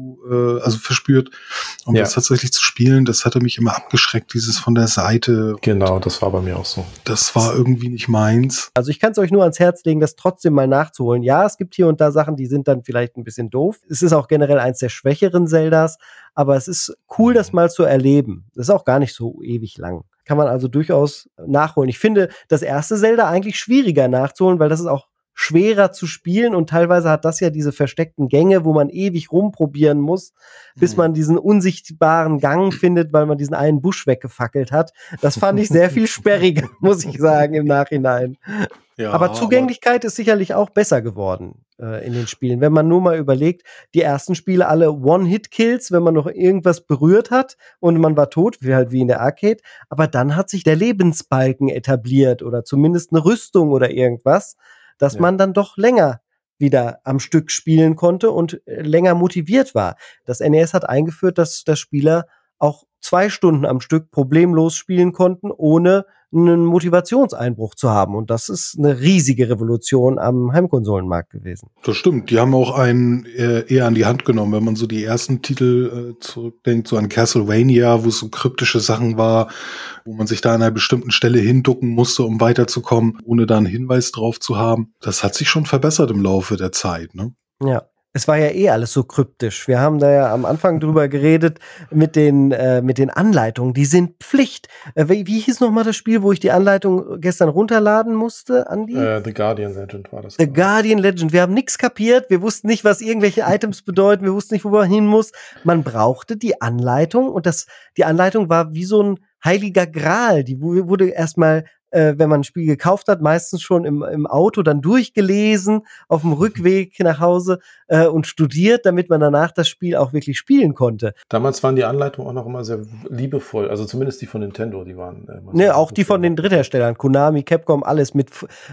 verspürt, das tatsächlich zu spielen. Das hatte mich immer abgeschreckt, dieses von der Seite. Genau, das war bei mir auch so. Das war irgendwie nicht meins. Also ich kann es euch nur ans Herz legen, das trotzdem mal nachzuholen. Ja, es gibt hier und da Sachen, die sind dann vielleicht ein bisschen doof. Es ist auch generell eins der schwächeren Zeldas, aber es ist cool, das mal zu erleben. Das ist auch gar nicht so ewig lang. Kann man also durchaus nachholen. Ich finde das erste Zelda eigentlich schwieriger nachzuholen, weil das ist auch schwerer zu spielen und teilweise hat das ja diese versteckten Gänge, wo man ewig rumprobieren muss, bis man diesen unsichtbaren Gang findet, weil man diesen einen Busch weggefackelt hat. Das fand ich sehr viel sperriger, muss ich sagen, im Nachhinein. Ja, aber Zugänglichkeit ist sicherlich auch besser geworden in den Spielen. Wenn man nur mal überlegt, die ersten Spiele alle One-Hit-Kills, wenn man noch irgendwas berührt hat und man war tot, wie in der Arcade. Aber dann hat sich der Lebensbalken etabliert oder zumindest eine Rüstung oder irgendwas, dass man dann doch länger wieder am Stück spielen konnte und länger motiviert war. Das NES hat eingeführt, dass Spieler auch 2 Stunden am Stück problemlos spielen konnten, ohne einen Motivationseinbruch zu haben. Und das ist eine riesige Revolution am Heimkonsolenmarkt gewesen. Das stimmt. Die haben auch einen eher an die Hand genommen, wenn man so die ersten Titel zurückdenkt, so an Castlevania, wo es so kryptische Sachen war, wo man sich da an einer bestimmten Stelle hinducken musste, um weiterzukommen, ohne da einen Hinweis drauf zu haben. Das hat sich schon verbessert im Laufe der Zeit, ne? Ja. Es war ja alles so kryptisch. Wir haben da ja am Anfang drüber geredet mit den Anleitungen. Die sind Pflicht. Wie hieß nochmal das Spiel, wo ich die Anleitung gestern runterladen musste, Andi? The Guardian Legend war das. The Guardian Legend. Wir haben nichts kapiert. Wir wussten nicht, was irgendwelche Items bedeuten. Wir wussten nicht, wo man hin muss. Man brauchte die Anleitung und die Anleitung war wie so ein heiliger Gral. Die wurde erstmal wenn man ein Spiel gekauft hat, meistens schon im Auto dann durchgelesen, auf dem Rückweg nach Hause und studiert, damit man danach das Spiel auch wirklich spielen konnte. Damals waren die Anleitungen auch noch immer sehr liebevoll, also zumindest die von Nintendo, die waren auch die von den Drittherstellern, Konami, Capcom, alles mit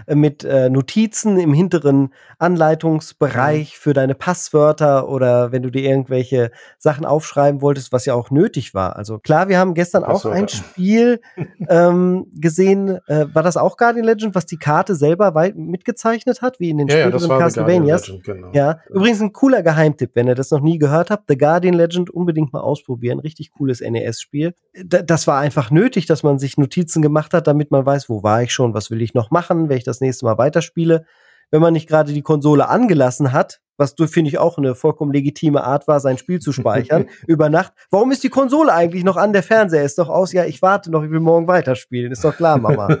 Notizen im hinteren Anleitungsbereich für deine Passwörter oder wenn du dir irgendwelche Sachen aufschreiben wolltest, was ja auch nötig war. Also klar, wir haben gestern auch ein Spiel gesehen, war das auch Guardian Legend, was die Karte selber mitgezeichnet hat, wie in den späteren Castlevanias? Genau. Ja, übrigens ein cooler Geheimtipp, wenn ihr das noch nie gehört habt, The Guardian Legend unbedingt mal ausprobieren, richtig cooles NES-Spiel. Das war einfach nötig, dass man sich Notizen gemacht hat, damit man weiß, wo war ich schon, was will ich noch machen, wenn ich das nächste Mal weiterspiele. Wenn man nicht gerade die Konsole angelassen hat, was finde ich auch eine vollkommen legitime Art war, sein Spiel zu speichern, über Nacht. Warum ist die Konsole eigentlich noch an? Der Fernseher ist doch aus. Ja, ich warte noch, ich will morgen weiterspielen. Ist doch klar, Mama.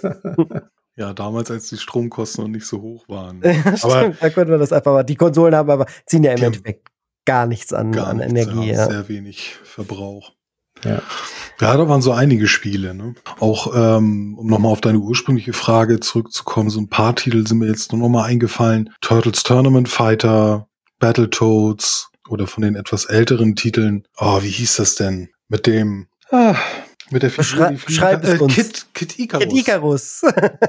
Ja, damals, als die Stromkosten noch nicht so hoch waren. Aber da könnte man das einfach mal. Die Konsolen ziehen ja im Endeffekt gar nichts an Energie. Ja. Sehr wenig Verbrauch. Ja, da waren so einige Spiele, ne? Auch, um nochmal auf deine ursprüngliche Frage zurückzukommen, so ein paar Titel sind mir jetzt nur nochmal eingefallen. Turtles Tournament Fighter, Battletoads oder von den etwas älteren Titeln. Oh, wie hieß das denn? Mit der Figur, Schreib es uns. Kid Icarus. Kid Icarus.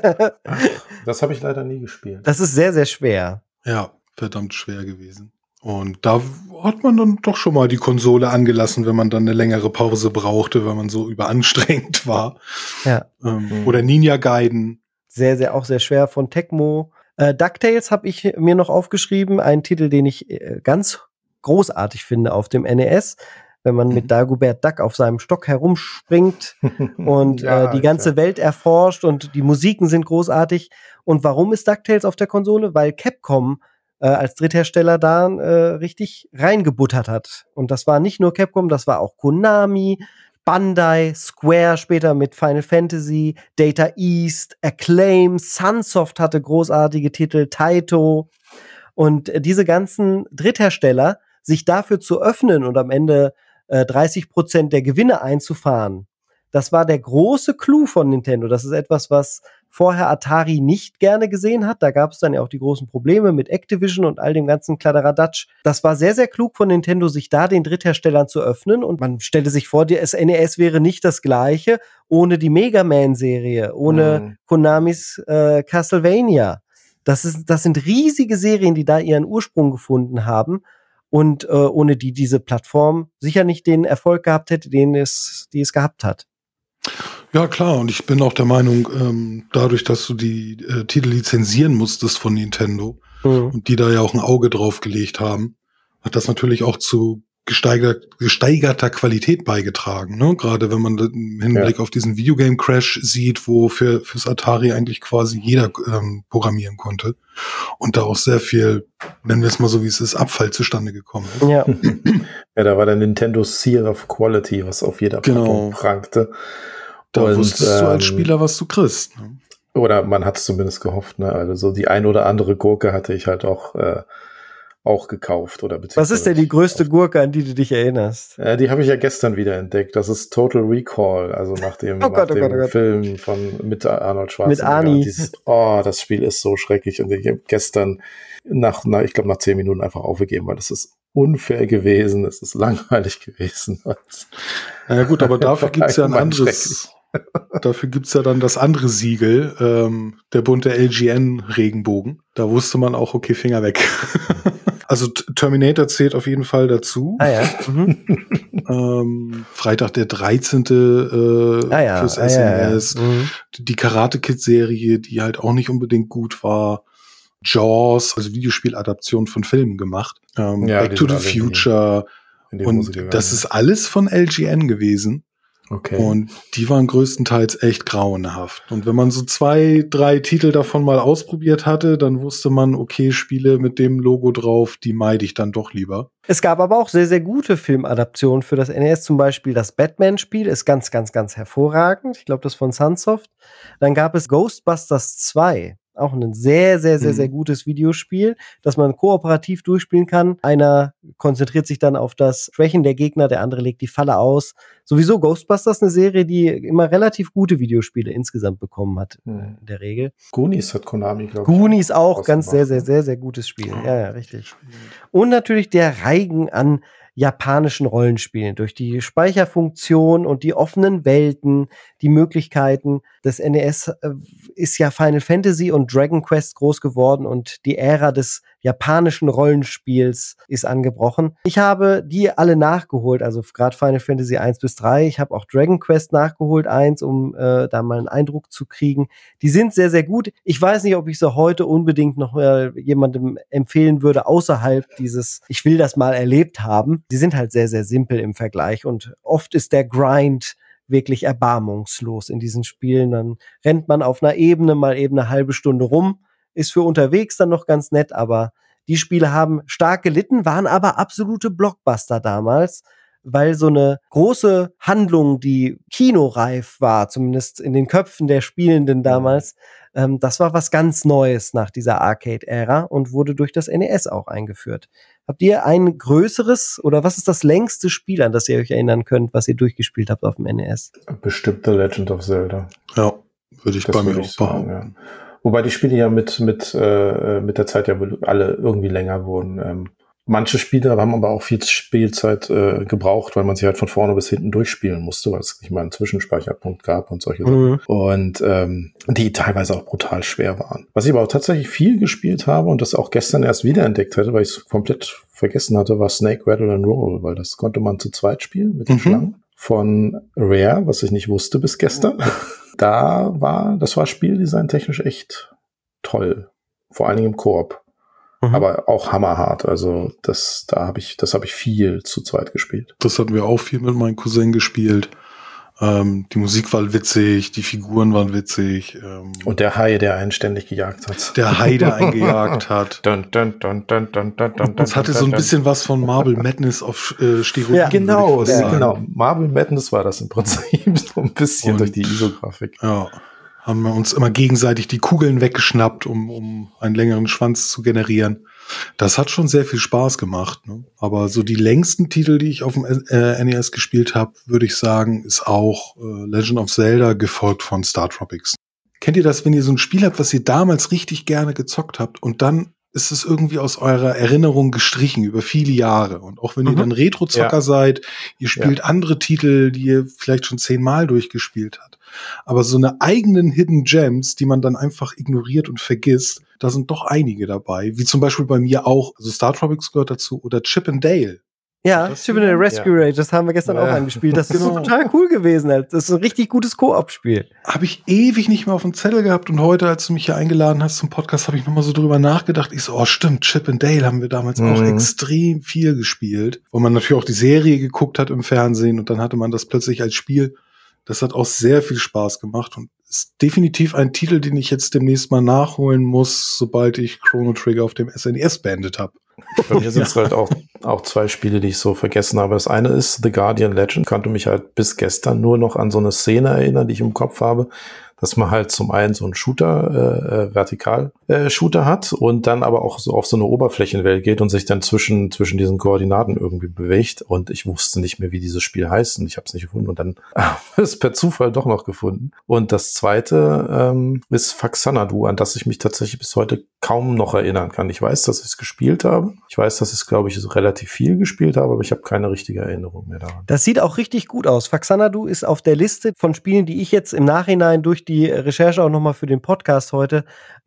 Das habe ich leider nie gespielt. Das ist sehr, sehr schwer. Ja, verdammt schwer gewesen. Und da hat man dann doch schon mal die Konsole angelassen, wenn man dann eine längere Pause brauchte, weil man so überanstrengend war. Ja. Oder Ninja Gaiden. Sehr, sehr, auch sehr schwer von Tecmo. DuckTales habe ich mir noch aufgeschrieben. Ein Titel, den ich ganz großartig finde auf dem NES. Wenn man mit Dagobert Duck auf seinem Stock herumspringt und die ganze Welt erforscht und die Musiken sind großartig. Und warum ist DuckTales auf der Konsole? Weil Capcom als Dritthersteller da richtig reingebuttert hat. Und das war nicht nur Capcom, das war auch Konami, Bandai, Square später mit Final Fantasy, Data East, Acclaim, Sunsoft hatte großartige Titel, Taito. Und diese ganzen Dritthersteller, sich dafür zu öffnen und am Ende 30% der Gewinne einzufahren, das war der große Clou von Nintendo. Das ist etwas, was vorher Atari nicht gerne gesehen hat. Da gab es dann ja auch die großen Probleme mit Activision und all dem ganzen Kladderadatsch. Das war sehr, sehr klug von Nintendo, sich da den Drittherstellern zu öffnen. Und man stelle sich vor, das NES wäre nicht das gleiche ohne die Mega Man-Serie, ohne Konamis Castlevania. Das sind riesige Serien, die da ihren Ursprung gefunden haben. Und ohne die diese Plattform sicher nicht den Erfolg gehabt hätte, die es gehabt hat. Ja, klar. Und ich bin auch der Meinung, dadurch, dass du die Titel lizenzieren musstest von Nintendo und die da ja auch ein Auge drauf gelegt haben, hat das natürlich auch zu gesteigerter Qualität beigetragen. Ne? Gerade wenn man im Hinblick auf diesen Videogame-Crash sieht, wo fürs Atari eigentlich quasi jeder programmieren konnte. Und da auch sehr viel, nennen wir es mal so, wie es ist, Abfall zustande gekommen ist. Ja, ja, da war der Nintendo Seal of Quality, was auf jeder Plattform prangte. Da wusstest du als Spieler, was du kriegst. Ne? Oder man hat es zumindest gehofft. Ne? Also so die ein oder andere Gurke hatte ich halt auch gekauft. Was ist denn die größte Gurke, an die du dich erinnerst? Die habe ich ja gestern wieder entdeckt. Das ist Total Recall, also nach dem Film mit Arnold Schwarzenegger. Mit Arnie. Das Spiel ist so schrecklich. Und ich habe gestern nach 10 Minuten einfach aufgegeben, weil das ist unfair gewesen, es ist langweilig gewesen. Ja gut, aber dafür gibt's ja ein anderes. Dafür gibt's ja dann das andere Siegel, der bunte LGN-Regenbogen. Da wusste man auch, okay, Finger weg. Also Terminator zählt auf jeden Fall dazu. Freitag der 13. Fürs SNES. Die Karate Kid-Serie, die halt auch nicht unbedingt gut war. Jaws, also Videospieladaption von Filmen gemacht. Back to the Future. Und das ist alles von LGN gewesen. Okay. Und die waren größtenteils echt grauenhaft. Und wenn man so 2, 3 Titel davon mal ausprobiert hatte, dann wusste man, okay, Spiele mit dem Logo drauf, die meide ich dann doch lieber. Es gab aber auch sehr, sehr gute Filmadaptionen für das NES. Zum Beispiel das Batman-Spiel ist ganz, ganz, ganz hervorragend. Ich glaube, das von Sunsoft. Dann gab es Ghostbusters 2. Auch ein sehr, sehr, sehr, sehr gutes Videospiel, das man kooperativ durchspielen kann. Einer konzentriert sich dann auf das Schwächen der Gegner, der andere legt die Falle aus. Sowieso Ghostbusters eine Serie, die immer relativ gute Videospiele insgesamt bekommen hat, in der Regel. Goonies hat Konami, glaube ich. Goonies auch ganz sehr, sehr, sehr, sehr gutes Spiel. Ja, richtig. Und natürlich der Reigen an japanischen Rollenspielen. Durch die Speicherfunktion und die offenen Welten, die Möglichkeiten des NES ist ja Final Fantasy und Dragon Quest groß geworden und die Ära des japanischen Rollenspiels ist angebrochen. Ich habe die alle nachgeholt, also gerade Final Fantasy 1 bis 3. Ich habe auch Dragon Quest nachgeholt 1, um da mal einen Eindruck zu kriegen. Die sind sehr, sehr gut. Ich weiß nicht, ob ich sie heute unbedingt noch jemandem empfehlen würde, außerhalb dieses, ich will das mal erlebt haben. Die sind halt sehr, sehr simpel im Vergleich und oft ist der Grind wirklich erbarmungslos in diesen Spielen. Dann rennt man auf einer Ebene mal eben eine halbe Stunde rum, ist für unterwegs dann noch ganz nett, aber die Spiele haben stark gelitten, waren aber absolute Blockbuster damals, weil so eine große Handlung, die kinoreif war, zumindest in den Köpfen der Spielenden damals, das war was ganz Neues nach dieser Arcade-Ära und wurde durch das NES auch eingeführt. Habt ihr ein größeres oder was ist das längste Spiel, an das ihr euch erinnern könnt, was ihr durchgespielt habt auf dem NES? Bestimmt The Legend of Zelda. Ja, würde ich bei mir auch behaupten. Ja. Wobei die Spiele ja mit der Zeit ja alle irgendwie länger wurden. Manche Spiele haben aber auch viel Spielzeit gebraucht, weil man sie halt von vorne bis hinten durchspielen musste, weil es nicht mal einen Zwischenspeicherpunkt gab und solche Sachen. Und die teilweise auch brutal schwer waren. Was ich aber auch tatsächlich viel gespielt habe und das auch gestern erst wiederentdeckt hatte, weil ich es komplett vergessen hatte, war Snake, Rattle and Roll, weil das konnte man zu zweit spielen mit den Schlangen. Von Rare, was ich nicht wusste bis gestern. Das war Spieldesign technisch echt toll. Vor allen Dingen im Koop. Aber auch hammerhart. Also das hab ich viel zu zweit gespielt. Das hatten wir auch viel mit meinem Cousin gespielt. Die Musik war witzig, die Figuren waren witzig. Und der Hai, der einen ständig gejagt hat. Der Hai, der einen gejagt hat. Das hatte so ein bisschen was von Marble Madness auf Steroiden. Ja, genau. Marble Madness war das im Prinzip so ein bisschen durch die ISO-Grafik. Ja. Haben wir uns immer gegenseitig die Kugeln weggeschnappt, um einen längeren Schwanz zu generieren. Das hat schon sehr viel Spaß gemacht. Ne? Aber so die längsten Titel, die ich auf dem NES gespielt habe, würde ich sagen, ist auch Legend of Zelda, gefolgt von Star Tropics. Kennt ihr das, wenn ihr so ein Spiel habt, was ihr damals richtig gerne gezockt habt und dann ist es irgendwie aus eurer Erinnerung gestrichen über viele Jahre. Und auch wenn ihr dann Retro-Zocker seid, ihr spielt andere Titel, die ihr vielleicht schon 10-mal durchgespielt habt. Aber so eine eigenen Hidden Gems, die man dann einfach ignoriert und vergisst, da sind doch einige dabei. Wie zum Beispiel bei mir auch, also Star Tropics gehört dazu, oder Chip and Dale. Ja, Chip and Dale Rescue Rage, das haben wir gestern auch angespielt. Das ist total cool gewesen. Das ist ein richtig gutes Koop-Spiel. Habe ich ewig nicht mehr auf dem Zettel gehabt und heute, als du mich hier eingeladen hast zum Podcast, habe ich nochmal so drüber nachgedacht. Ich so, oh stimmt, Chip and Dale haben wir damals auch extrem viel gespielt. Wo man natürlich auch die Serie geguckt hat im Fernsehen und dann hatte man das plötzlich als Spiel. Das hat auch sehr viel Spaß gemacht und ist definitiv ein Titel, den ich jetzt demnächst mal nachholen muss, sobald ich Chrono Trigger auf dem SNES beendet habe. Bei mir sind es halt auch zwei Spiele, die ich so vergessen habe. Das eine ist The Guardian Legend. Konnte mich halt bis gestern nur noch an so eine Szene erinnern, die ich im Kopf habe, dass man halt zum einen so einen Shooter, Vertikal-Shooter hat und dann aber auch so auf so eine Oberflächenwelt geht und sich dann zwischen diesen Koordinaten irgendwie bewegt. Und ich wusste nicht mehr, wie dieses Spiel heißt und ich habe es nicht gefunden und dann ist per Zufall doch noch gefunden. Und das zweite ist Faxanadu, an das ich mich tatsächlich bis heute kaum noch erinnern kann. Ich weiß, dass ich es gespielt habe. Ich weiß, dass ich es, glaube ich, relativ viel gespielt habe, aber ich habe keine richtige Erinnerung mehr daran. Das sieht auch richtig gut aus. Faxanadu ist auf der Liste von Spielen, die ich jetzt im Nachhinein durch die Recherche auch nochmal für den Podcast heute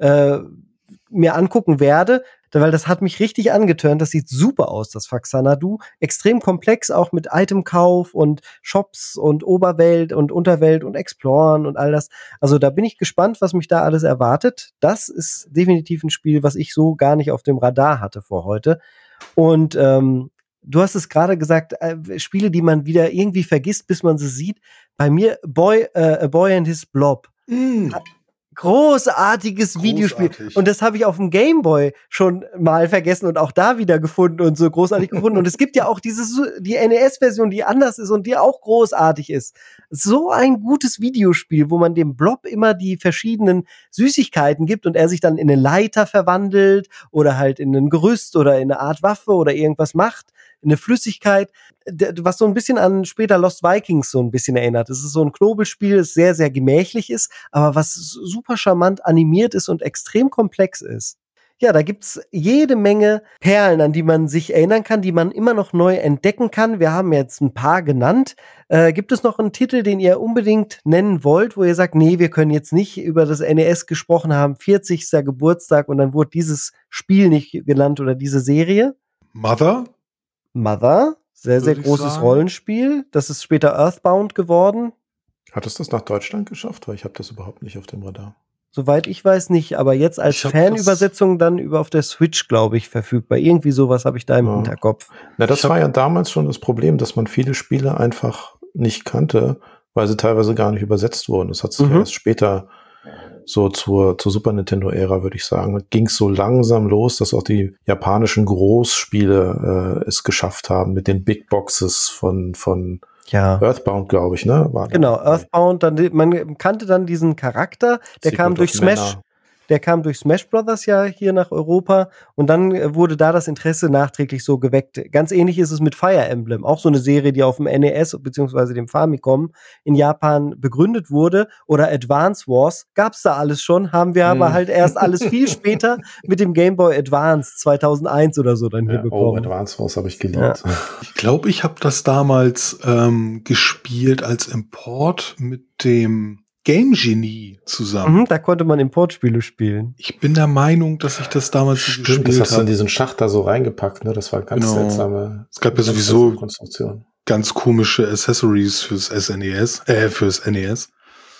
mir angucken werde, weil das hat mich richtig angetörnt. Das sieht super aus, das Faxanadu. Extrem komplex, auch mit Itemkauf und Shops und Oberwelt und Unterwelt und Exploren und all das. Also da bin ich gespannt, was mich da alles erwartet. Das ist definitiv ein Spiel, was ich so gar nicht auf dem Radar hatte vor heute. Und du hast es gerade gesagt, Spiele, die man wieder irgendwie vergisst, bis man sie sieht. Bei mir A Boy and His Blob. Großartiges Videospiel. Und das habe ich auf dem Gameboy schon mal vergessen und auch da wieder gefunden und so großartig gefunden. Und es gibt ja auch die NES-Version, die anders ist und die auch großartig ist. So ein gutes Videospiel, wo man dem Blob immer die verschiedenen Süßigkeiten gibt und er sich dann in eine Leiter verwandelt oder halt in ein Gerüst oder in eine Art Waffe oder irgendwas macht. Eine Flüssigkeit, was so ein bisschen an später Lost Vikings so ein bisschen erinnert. Es ist so ein Knobelspiel, das sehr, sehr gemächlich ist, aber was super charmant animiert ist und extrem komplex ist. Ja, da gibt's jede Menge Perlen, an die man sich erinnern kann, die man immer noch neu entdecken kann. Wir haben jetzt ein paar genannt. Gibt es noch einen Titel, den ihr unbedingt nennen wollt, wo ihr sagt, nee, wir können jetzt nicht über das NES gesprochen haben, 40. Geburtstag und dann wurde dieses Spiel nicht genannt oder diese Serie? Mother, sehr, sehr großes Rollenspiel. Das ist später Earthbound geworden. Hat es das nach Deutschland geschafft? Weil ich habe das überhaupt nicht auf dem Radar. Soweit ich weiß nicht, aber jetzt als Fanübersetzung dann auf der Switch, glaube ich, verfügbar. Irgendwie sowas habe ich da im Hinterkopf. Na, das war ja damals schon das Problem, dass man viele Spiele einfach nicht kannte, weil sie teilweise gar nicht übersetzt wurden. Das hat sich erst später so zur Super Nintendo-Ära, würde ich sagen, ging es so langsam los, dass auch die japanischen Großspiele es geschafft haben mit den Big Boxes von Earthbound, glaube ich, ne? Genau, Earthbound, man kannte dann diesen Charakter, der kam durch Smash. Der kam durch Smash Brothers ja hier nach Europa und dann wurde da das Interesse nachträglich so geweckt. Ganz ähnlich ist es mit Fire Emblem, auch so eine Serie, die auf dem NES bzw. dem Famicom in Japan begründet wurde. Oder Advance Wars, gab's da alles schon, haben wir aber halt erst alles viel später mit dem Game Boy Advance 2001 oder so dann hier bekommen. Oh, Advance Wars habe ich geliebt. Ja. Ich glaube, ich habe das damals gespielt als Import mit dem Game Genie zusammen. Da konnte man Importspiele spielen. Ich bin der Meinung, dass ich das damals gespielt habe. Das hast du in diesen Schacht da so reingepackt, ne? Das war ganz seltsame. Es gab ja sowieso ganz komische Accessories fürs SNES, fürs NES.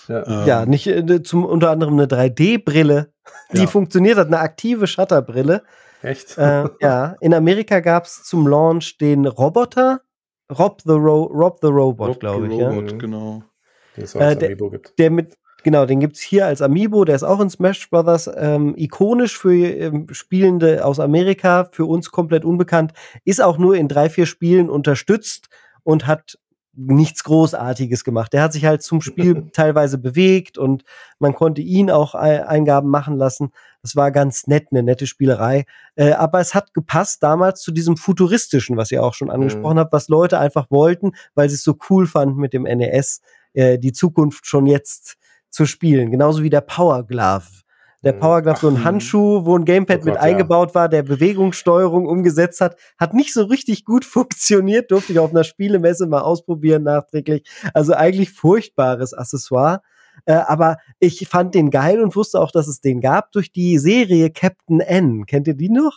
Ja, nicht unter anderem eine 3D-Brille, die funktioniert hat, eine aktive Shutterbrille. Echt? Ja, in Amerika gab es zum Launch den Roboter, Rob the Robot, glaube ich. Genau. Den es auch als Amiibo gibt. Den gibt's hier als Amiibo, der ist auch in Smash Brothers ikonisch für Spielende aus Amerika, für uns komplett unbekannt, ist auch nur in 3-4 Spielen unterstützt und hat nichts Großartiges gemacht. Der hat sich halt zum Spiel teilweise bewegt und man konnte ihn auch Eingaben machen lassen. Das war ganz nett, eine nette Spielerei. Aber es hat gepasst damals zu diesem Futuristischen, was ihr auch schon angesprochen habt, was Leute einfach wollten, weil sie es so cool fanden mit dem NES, die Zukunft schon jetzt zu spielen. Genauso wie der Power Glove. Der Power Glove, so ein Handschuh, wo ein Gamepad mit eingebaut war, der Bewegungssteuerung umgesetzt hat nicht so richtig gut funktioniert, durfte ich auf einer Spielemesse mal ausprobieren nachträglich. Also eigentlich furchtbares Accessoire. Aber ich fand den geil und wusste auch, dass es den gab durch die Serie Captain N. Kennt ihr die noch?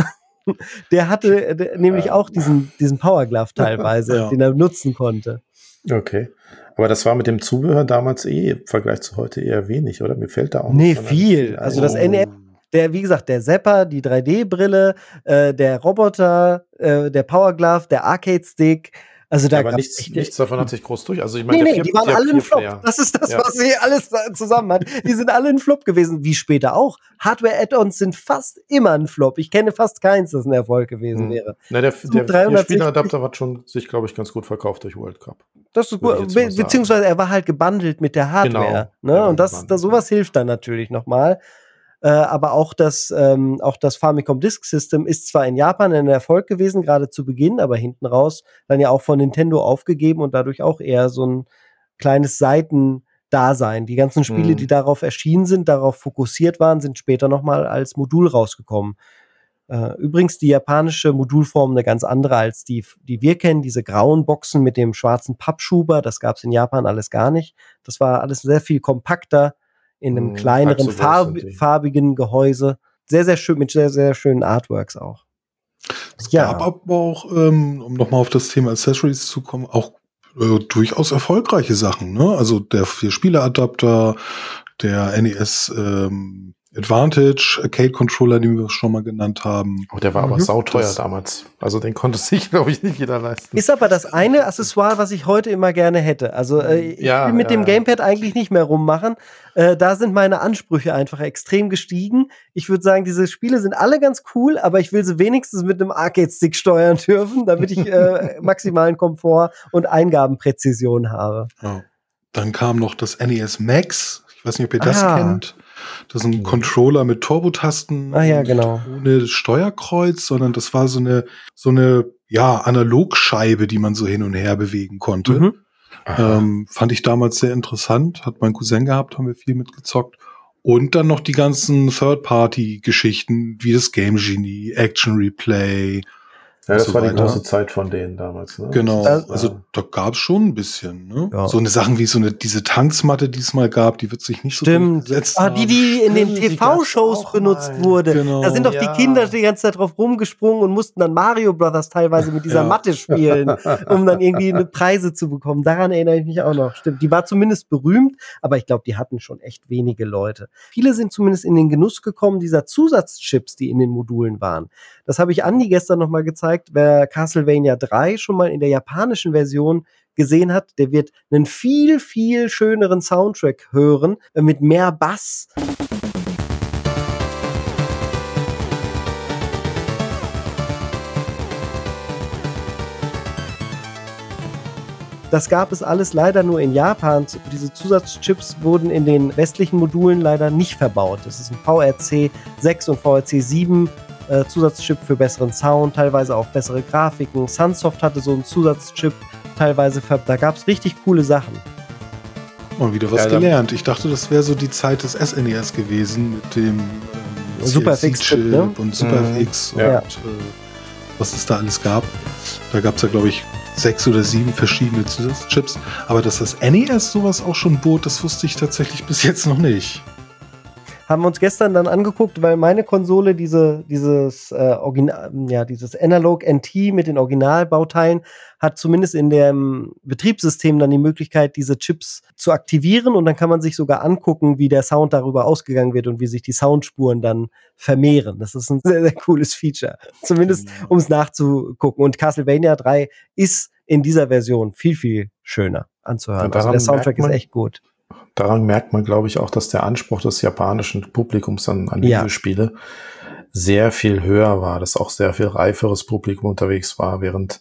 Der hatte nämlich auch diesen Power Glove teilweise, den er nutzen konnte. Okay. Aber das war mit dem Zubehör damals im Vergleich zu heute eher wenig, oder? Mir fällt da auch nicht viel. Also das NES, wie gesagt, der Zapper, die 3D-Brille, der Roboter, der Power Glove, der Arcade-Stick. Also da aber nichts davon hat sich groß durch. Also ich meine, die waren alle ein Flop. Das ist das, was sie alles zusammen hat. Die sind alle ein Flop gewesen, wie später auch. Hardware-Add-ons sind fast immer ein Flop. Ich kenne fast keins, das ein Erfolg gewesen wäre. Na, der Vierspieler-Adapter hat schon sich, glaube ich, ganz gut verkauft durch World Cup. Das ist gut, beziehungsweise er war halt gebundelt mit der Hardware. Genau. Ne? Und sowas hilft dann natürlich nochmal. Aber auch das Famicom Disk System ist zwar in Japan ein Erfolg gewesen, gerade zu Beginn, aber hinten raus dann ja auch von Nintendo aufgegeben und dadurch auch eher so ein kleines Seitendasein. Die ganzen Spiele, die darauf erschienen sind, darauf fokussiert waren, sind später nochmal als Modul rausgekommen. Übrigens die japanische Modulform eine ganz andere als die wir kennen, diese grauen Boxen mit dem schwarzen Pappschuber, das gab es in Japan alles gar nicht. Das war alles sehr viel kompakter, in einem kleineren, farbigen Gehäuse. Sehr, sehr schön, mit sehr, sehr schönen Artworks auch. Es gab aber auch, um nochmal auf das Thema Accessories zu kommen, auch durchaus erfolgreiche Sachen, ne? Also der 4-Spieler-Adapter, der NES Advantage, Arcade-Controller, den wir schon mal genannt haben. Oh, der war aber sauteuer damals. Also den konnte sich, glaube ich, nicht jeder leisten. Ist aber das eine Accessoire, was ich heute immer gerne hätte. Also ich will mit dem Gamepad eigentlich nicht mehr rummachen. Da sind meine Ansprüche einfach extrem gestiegen. Ich würde sagen, diese Spiele sind alle ganz cool, aber ich will sie wenigstens mit einem Arcade-Stick steuern dürfen, damit ich maximalen Komfort und Eingabenpräzision habe. Ja. Dann kam noch das NES Max. Ich weiß nicht, ob ihr das kennt. Das ist ein Controller mit Turbotasten genau. ohne Steuerkreuz, sondern das war so eine Analogscheibe, die man so hin und her bewegen konnte. Fand ich damals sehr interessant. Hat mein Cousin gehabt, haben wir viel mitgezockt. Und dann noch die ganzen Third-Party-Geschichten, wie das Game Genie, Action Replay. Ja, das war die große Zeit von denen damals. Ne? Genau, also da gab es schon ein bisschen. Ne? Ja. So eine Sachen wie diese Tanzmatte, die es mal gab, die wird sich nicht so durchgesetzt haben. Die in den TV-Shows benutzt wurde. Genau. Da sind doch die Kinder die ganze Zeit drauf rumgesprungen und mussten dann Mario Brothers teilweise mit dieser Matte spielen, um dann irgendwie eine Preise zu bekommen. Daran erinnere ich mich auch noch. Stimmt, die war zumindest berühmt, aber ich glaube, die hatten schon echt wenige Leute. Viele sind zumindest in den Genuss gekommen dieser Zusatzchips, die in den Modulen waren. Das habe ich Andi gestern noch mal gezeigt. Wer Castlevania 3 schon mal in der japanischen Version gesehen hat, der wird einen viel, viel schöneren Soundtrack hören, mit mehr Bass. Das gab es alles leider nur in Japan. Diese Zusatzchips wurden in den westlichen Modulen leider nicht verbaut. Das ist ein VRC 6 und VRC 7 Zusatzchip für besseren Sound, teilweise auch bessere Grafiken. Sunsoft hatte so einen Zusatzchip, teilweise, da gab es richtig coole Sachen. Und wieder was gelernt. Ich dachte, das wäre so die Zeit des SNES gewesen mit dem Super FX-Chip, ne? Und Super FX und was es da alles gab. Da gab es ja, glaube ich, 6 oder 7 verschiedene Zusatzchips. Aber dass das NES sowas auch schon bot, das wusste ich tatsächlich bis jetzt noch nicht. Haben wir uns gestern dann angeguckt, weil meine Konsole dieses Analog NT mit den Originalbauteilen hat zumindest in dem Betriebssystem dann die Möglichkeit, diese Chips zu aktivieren und dann kann man sich sogar angucken, wie der Sound darüber ausgegangen wird und wie sich die Soundspuren dann vermehren. Das ist ein sehr, sehr cooles Feature. Zumindest, um es nachzugucken. Und Castlevania 3 ist in dieser Version viel, viel schöner anzuhören. Also der Soundtrack ist echt gut. Daran merkt man, glaube ich, auch, dass der Anspruch des japanischen Publikums an Videospiele sehr viel höher war, dass auch sehr viel reiferes Publikum unterwegs war, während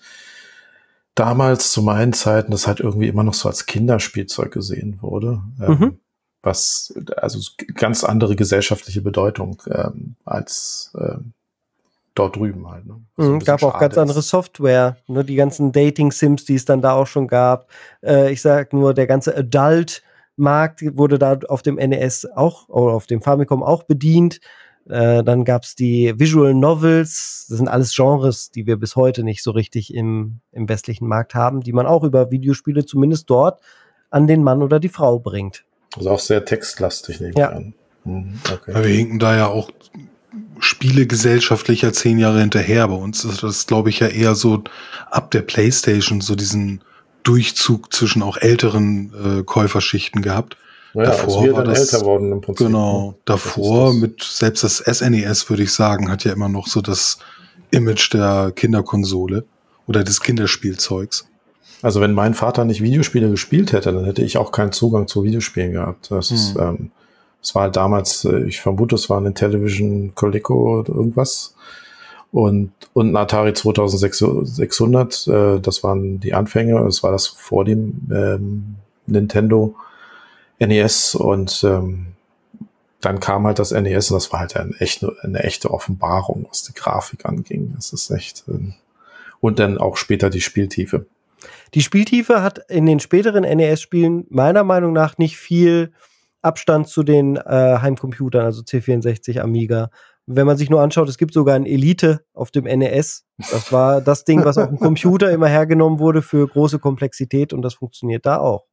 damals zu meinen Zeiten das halt irgendwie immer noch so als Kinderspielzeug gesehen wurde, was also ganz andere gesellschaftliche Bedeutung als dort drüben halt. Ne? Also gab auch ganz andere Software, ne? Die ganzen Dating-Sims, die es dann da auch schon gab. Ich sag nur, der ganze Adult-Markt wurde da auf dem NES auch, oder auf dem Famicom auch bedient. Dann gab es die Visual Novels, das sind alles Genres, die wir bis heute nicht so richtig im westlichen Markt haben, die man auch über Videospiele zumindest dort an den Mann oder die Frau bringt. Also auch sehr textlastig, nehme ich an. Okay. Ja, wir hinken da ja auch Spiele gesellschaftlicher 10 Jahre hinterher. Bei uns ist das, glaube ich, ja eher so ab der PlayStation so diesen Durchzug zwischen auch älteren Käuferschichten gehabt. Ja, davor wir war dann älter worden im Prinzip. Genau, davor mit selbst das SNES, würde ich sagen, hat ja immer noch so das Image der Kinderkonsole oder des Kinderspielzeugs. Also wenn mein Vater nicht Videospiele gespielt hätte, dann hätte ich auch keinen Zugang zu Videospielen gehabt. Das ist, es war halt damals, ich vermute, es war eine Television Coleco oder irgendwas und ein Atari 2600, das waren die Anfänge, das war das vor dem Nintendo NES und dann kam halt das NES und das war halt eine echte Offenbarung, was die Grafik anging. Das ist echt und dann auch später die Spieltiefe. Die Spieltiefe hat in den späteren NES-Spielen meiner Meinung nach nicht viel Abstand zu den Heimcomputern, also C64, Amiga. Wenn man sich nur anschaut, es gibt sogar ein Elite auf dem NES. Das war das Ding, was auf dem Computer immer hergenommen wurde für große Komplexität und das funktioniert da auch.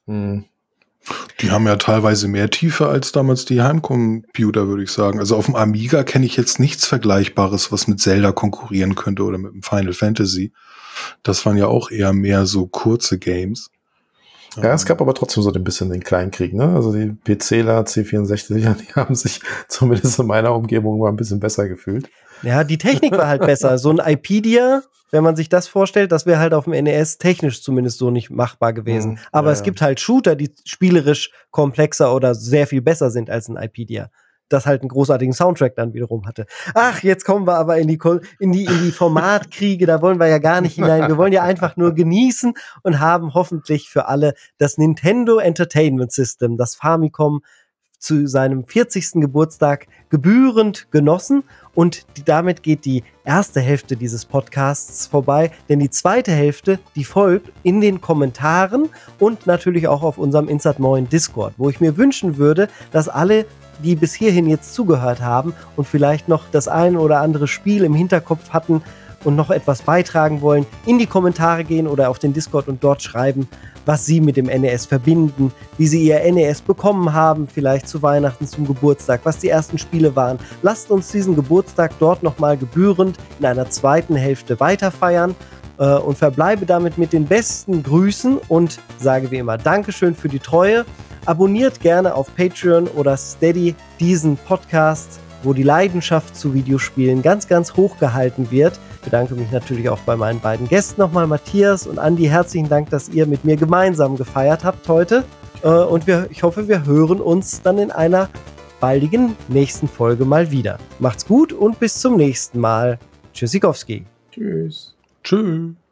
Die haben ja teilweise mehr Tiefe als damals die Heimcomputer, würde ich sagen. Also auf dem Amiga kenne ich jetzt nichts Vergleichbares, was mit Zelda konkurrieren könnte oder mit dem Final Fantasy. Das waren ja auch eher mehr so kurze Games. Ja, es gab aber trotzdem so ein bisschen den Kleinkrieg, ne? Also die PCler, C64, die haben sich zumindest in meiner Umgebung mal ein bisschen besser gefühlt. Ja, die Technik war halt besser. So ein iPedia, wenn man sich das vorstellt, das wäre halt auf dem NES technisch zumindest so nicht machbar gewesen. Aber es gibt halt Shooter, die spielerisch komplexer oder sehr viel besser sind als ein iPedia. Das halt einen großartigen Soundtrack dann wiederum hatte. Ach, jetzt kommen wir aber in die Formatkriege, da wollen wir ja gar nicht hinein. Wir wollen ja einfach nur genießen und haben hoffentlich für alle das Nintendo Entertainment System, das Famicom, zu seinem 40. Geburtstag gebührend genossen. Und damit geht die erste Hälfte dieses Podcasts vorbei, denn die zweite Hälfte, die folgt in den Kommentaren und natürlich auch auf unserem Insert 9 Discord, wo ich mir wünschen würde, dass alle die bis hierhin jetzt zugehört haben und vielleicht noch das ein oder andere Spiel im Hinterkopf hatten und noch etwas beitragen wollen, in die Kommentare gehen oder auf den Discord und dort schreiben, was sie mit dem NES verbinden, wie sie ihr NES bekommen haben, vielleicht zu Weihnachten, zum Geburtstag, was die ersten Spiele waren. Lasst uns diesen Geburtstag dort nochmal gebührend in einer zweiten Hälfte weiterfeiern und verbleibe damit mit den besten Grüßen und sage wie immer Dankeschön für die Treue. Abonniert gerne auf Patreon oder Steady diesen Podcast, wo die Leidenschaft zu Videospielen ganz, ganz hoch gehalten wird. Ich bedanke mich natürlich auch bei meinen beiden Gästen nochmal, Matthias und Andi. Herzlichen Dank, dass ihr mit mir gemeinsam gefeiert habt heute. Und ich hoffe, wir hören uns dann in einer baldigen nächsten Folge mal wieder. Macht's gut und bis zum nächsten Mal. Tschüssikowski. Tschüss. Tschüss.